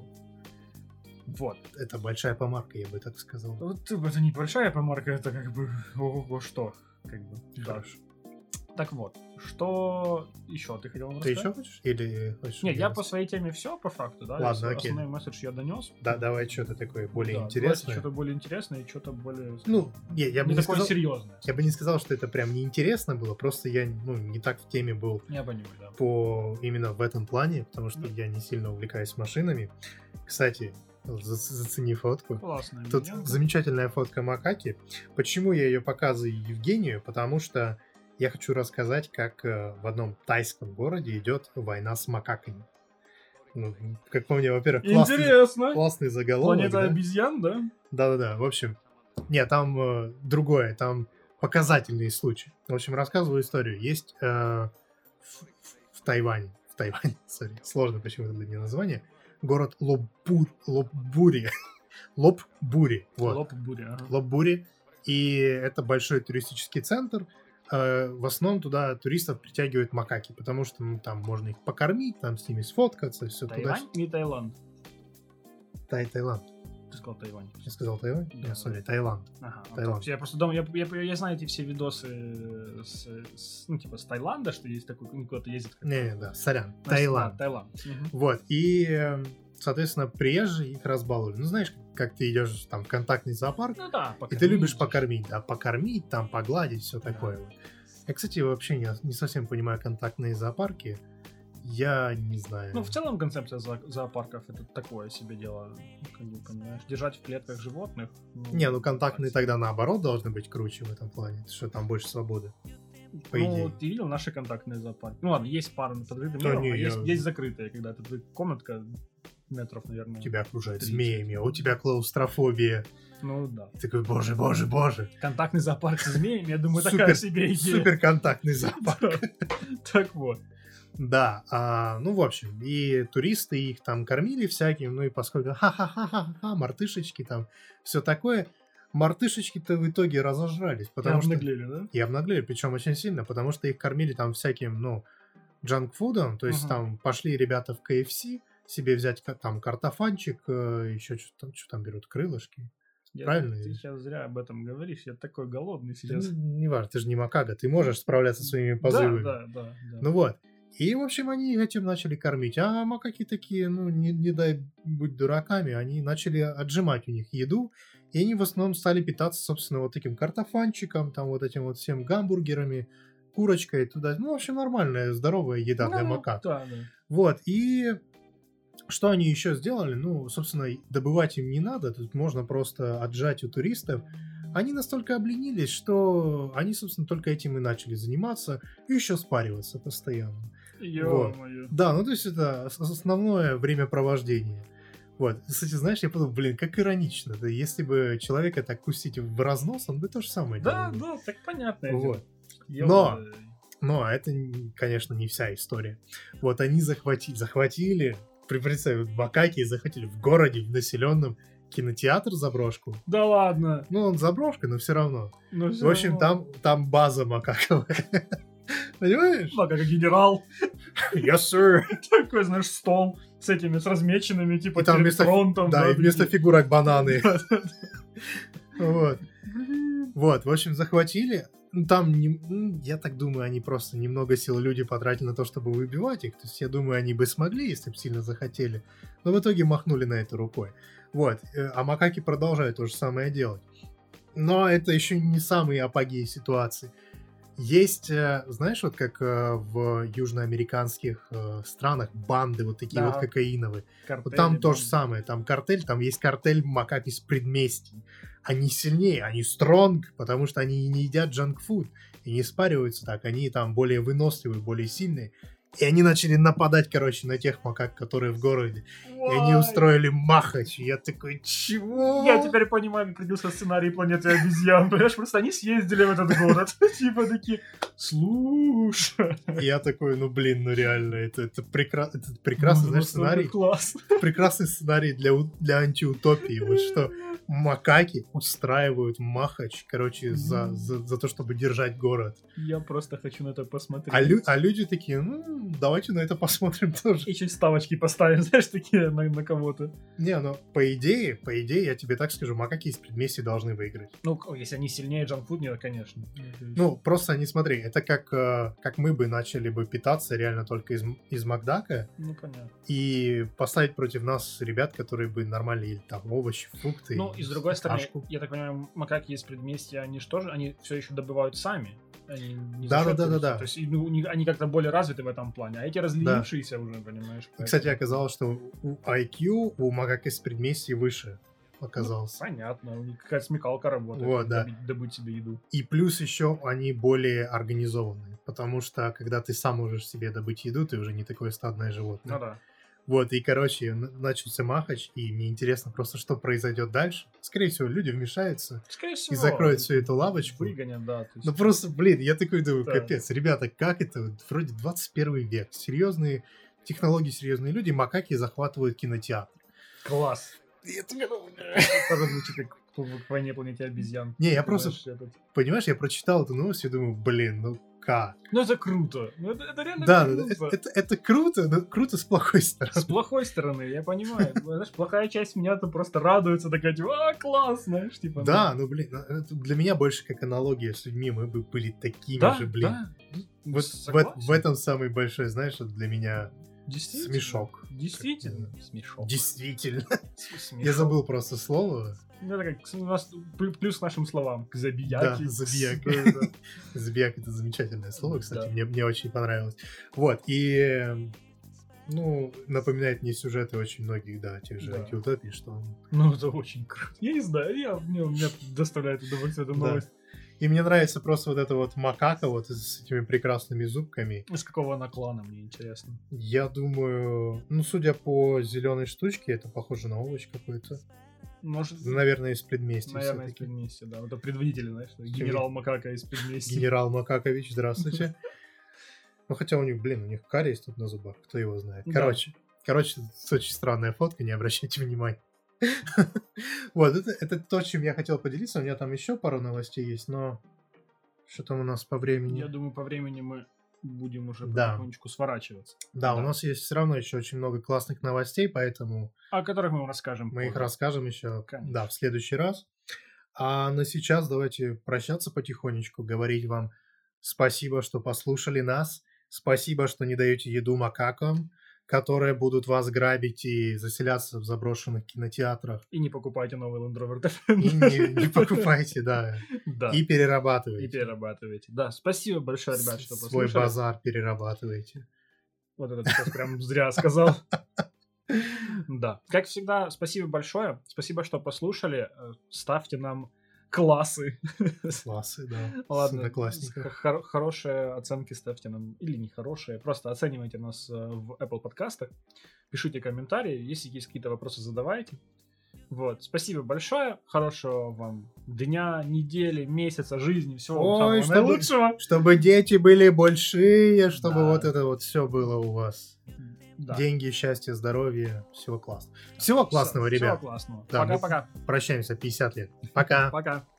Вот. Это большая помарка, я бы так сказал. Вот это небольшая помарка, это как бы ого-го что. Как бы, да. Хорошо. Так вот, что еще ты хотел нам Ты рассказать? еще хочешь? Или хочешь? Нет, я мне по своей теме все, по факту, да. Ладно, Я окей. Основной месседж я донес. Да, давай что-то такое более Да, интересное. Что-то более интересное и что-то более... Ну, не, я бы не не такое сказал, серьезное. я бы не сказал, что это прям неинтересно было, просто я ну, не так в теме был Я понимаю, да. по именно в этом плане, потому что Да. я не сильно увлекаюсь машинами. Кстати, за- зацени фотку. Классно. Тут Меня- замечательная фотка макаки. Почему я ее показываю Евгению? Потому что я хочу рассказать, как э, в одном тайском городе идет война с макаками. Ну, как по мне, во-первых, классный, Интересно. классный заголовок. Планета да? обезьян, да? Да-да-да, в общем, нет, там э, другое, там показательный случай. В общем, рассказываю историю. Есть э, в, в Тайване, в Тайване, сори, сложно почему-то для меня название, город Лопбур, Лопбури, Лопбури, вот, Лоб буря. ага. Лопбури, и это большой туристический центр. Э, в основном туда туристов притягивают макаки, потому что ну, там можно их покормить, там с ними сфоткаться, все туда. Тайвань или Таиланд? Тай, Таиланд. Ты сказал Тайвань. Я сказал Тайвань? Да. Нет, сори, Таиланд. Ага, а Таиланд. то- Я просто думал, я, я, я знаю эти все видосы с, с, ну, типа, с Таиланда, что есть такой, ну, куда-то ездит. как- Не, да, сорян, Значит, Таиланд. да, Таиланд. Мгм. Вот, и, э, соответственно, приезжие их разбаловали. Ну, знаешь, как ты идешь там в контактный зоопарк, Ну да, и ты любишь покормить. покормить, да, покормить, там, погладить, все Да. такое вот. Я, кстати, вообще не, не совсем понимаю контактные зоопарки. Я не знаю. Ну, в целом концепция зо- зоопарков это такое себе дело, ну, как бы, понимаешь, держать в клетках животных. Не, ну контактные тогда наоборот должны быть круче в этом плане, что там больше свободы. по ну, идее. ты видел наши контактные зоопарки? Ну ладно, есть пара под открытым Да небом, не, а я- есть, есть закрытые, когда это твоя комнатка метров, наверное. Тебя окружают тридцать. змеями, а у тебя клаустрофобия. Ну да. Ты такой, боже, боже, боже. Контактный зоопарк с змеями, я думаю, Супер- такая себе идея. Супер контактный зоопарк. Да. Так вот. Да, а, ну, в общем, и туристы их там кормили всяким, ну, и поскольку ха-ха-ха-ха-ха, мартышечки там, все такое, мартышечки-то в итоге разожрались, потому Прям что... наглели, да? И обнаглели, причем очень сильно, потому что их кормили там всяким, ну, джанк-фудом, то есть Мгм. там пошли ребята в кей эф си себе взять ка- там картофанчик, еще что там, что там берут, крылышки. Я- Правильно Ты я- сейчас зря об этом говоришь, я такой голодный Да сейчас. Не, не важно, ты же не макага, ты можешь справляться со своими позывами. Да, да, да. да. Ну вот. И, в общем, они этим начали кормить. А макаки такие, ну, не, не дай быть дураками, они начали отжимать у них еду, и они в основном стали питаться, собственно, вот таким картофанчиком, там вот этим вот всем гамбургерами, курочкой туда. Ну, в общем, нормальная, здоровая еда для Ну, макак. Да, да. Вот, и что они еще сделали? Ну, собственно, добывать им не надо, тут можно просто отжать у туристов. Они настолько обленились, что они, собственно, только этим и начали заниматься, и еще спариваться постоянно. Ё-моё. Да, ну то есть это ос- основное времяпровождение. Вот. Кстати, знаешь, я подумал, блин, как иронично. Да, если бы человека так пустить в разнос, он бы то же самое Да, делал. да, так понятно. Вот. Я Но, вот, э, но это, н- конечно, не вся история. Вот они захватили, захватили, при представь, макаки захватили в городе, в населенном кинотеатр заброшку. Да ладно. Ну, он заброшка, но все равно. Ну, В общем, там, там база макаковая. Понимаешь? Да, как генерал. Yes, sir. Такой, знаешь, стол с этими, с размеченными, типа, И там перед вместо, фронтом. да, и вместо такие. фигурок бананы. Вот. Блин. Вот, в общем, захватили. Ну, там, не- ну, я так думаю, они просто немного сил люди потратили на то, чтобы выбивать их. То есть, я думаю, они бы смогли, если бы сильно захотели. Но в итоге махнули на это рукой. Вот. э, А макаки продолжают то же самое делать. Но это еще не самый апогей ситуации. Есть, э, знаешь, вот как э, в южноамериканских э, странах банды вот такие Да. вот кокаиновые. Вот Картели, там то да. же самое, там картель, там есть картель макак из предместий. Они сильнее, они стронг, потому что они не едят джанк-фуд и не спариваются так, они там более выносливые, более сильные. И они начали нападать, короче, на тех макак, которые в городе. И они Ой. устроили махач. И я такой, чего? Я теперь понимаю, как родился сценарий «Планеты обезьян». Понимаешь, просто они съездили в этот город. Типа такие, слушай. И я такой, ну блин, ну реально, это, это, прекра- это прекрасный, ну, знаешь, настолько сценарий. Класс. Прекрасный сценарий для, у- для антиутопии. Вот что макаки устраивают махач, короче, за, за, за то, чтобы держать город. Я просто хочу на это посмотреть. А, лю- а люди такие, ну, давайте на это посмотрим тоже. И чуть ставочки поставим, знаешь, такие на, на кого-то. Не, ну, по идее, по идее, я тебе так скажу, макаки из предместий должны выиграть. Ну, к- если они сильнее джанкфуд, нет, конечно. Ну, просто не смотри, это как, э, как мы бы начали бы питаться реально только из, м- из Макдака Ну, понятно. и поставить против нас ребят, которые бы нормально ели там овощи, фрукты. Ну, и с другой стороны, кашку. я так понимаю, макаки из предместья, они же тоже, они все еще добывают сами. Они не Да, за счет да, да, туристов. да, да. То есть ну, у них- они как-то более развиты в этом плане, а эти разленившиеся уже, понимаешь. И, кстати, поэтому- оказалось, что у ай кью у макак из предместий выше оказался. Ну, понятно, у них какая-то смекалка работает, Вот, как да. добыть, добыть себе еду. И плюс еще они более организованные, потому что когда ты сам можешь себе добыть еду, ты уже не такое стадное животное. Ну да. Вот, и, короче, н- начался махач, и мне интересно просто, что произойдет дальше. Скорее всего, люди вмешаются Скорее и всего. закроют всю эту лавочку. Выгонят, да. то есть- Ну просто, блин, я такой думаю, Да. капец, ребята, как это? Вот вроде двадцать первый век, серьезные технологии, серьезные люди, макаки захватывают кинотеатр. Класс. И это мне- Это звучит как к войне планете обезьян. Не, я просто, Знаешь, этот- понимаешь, я прочитал эту новость и думаю, блин, ну как? Ну это круто. Ну, это, это реально Да, круто. это, это- это круто, но круто с плохой стороны. С плохой стороны, я понимаю. Знаешь, плохая часть меня-то просто радуется, такая, типа, а, класс, знаешь, типа. ну. Да, ну блин, ну, это для меня больше как аналогия с людьми, мы бы были такими да, же, блин. да. Вот в, Согласен. в этом самый большой, знаешь, вот для меня Действительно. смешок. Действительно. Смешок. Действительно. С- Я смешок. забыл просто слово. Ну, это как, у нас плю- плюс к нашим словам. К Да, забияке. забияка. Да, да. Забияк — это замечательное слово, кстати, Да. мне, мне очень понравилось. Вот, и, э, ну, напоминает мне сюжеты очень многих, да, тех же Да. антиутопий, что... Ну, это очень круто. Я не знаю, я, мне, мне доставляет удовольствие эта Да. новость. И мне нравится просто вот эта вот макака вот с этими прекрасными зубками. Из какого она клана, мне интересно. Я думаю, ну, судя по зеленой штучке, это похоже на овощ какой-то. Может, Наверное, из предместья наверное, из всё-таки. предместья, да. Это предводитель, знаешь, генерал Макака из предместья. Генерал Макакович, здравствуйте. Ну, хотя у них, блин, у них кариес тут на зубах, кто его знает. Да. Короче, короче, это очень странная фотка, не обращайте внимания. Вот, это, это то, чем я хотел поделиться. У меня там еще пару новостей есть, но что там у нас по времени? Я думаю, по времени мы будем уже Да. потихонечку сворачиваться. Да, у да. нас есть все равно еще очень много классных новостей, поэтому О которых мы вам расскажем мы их позже. расскажем еще, Конечно. да, в следующий раз. А на сейчас давайте прощаться потихонечку, говорить вам спасибо, что послушали нас, спасибо, что не даете еду макакам, которые будут вас грабить и заселяться в заброшенных кинотеатрах. И не покупайте новый Land Rover И не, не покупайте, да, Да. и И перерабатывайте. перерабатывайте. Да, спасибо большое, ребят, что Свой послушали. базар перерабатывайте. Вот это ты сейчас прям зря сказал. Да. Как всегда, спасибо большое. Спасибо, что послушали. Э, Ставьте нам классы. Классы, да. Ладно, Одноклассников. хор- хорошие оценки ставьте нам. Или не хорошие. Просто оценивайте нас э, в Apple подкастах. пишите комментарии, если есть какие-то вопросы, задавайте. Вот, спасибо большое, хорошего вам дня, недели, месяца, жизни, всего Ой, самого чтобы, наилучшего. Чтобы дети были большие, чтобы Да. вот это вот все было у вас. Да. Деньги, счастье, здоровье, всего классного. Всего классного, Всего ребят. классного. Да, мы Пока-пока. Прощаемся, пятьдесят лет. Пока. Пока.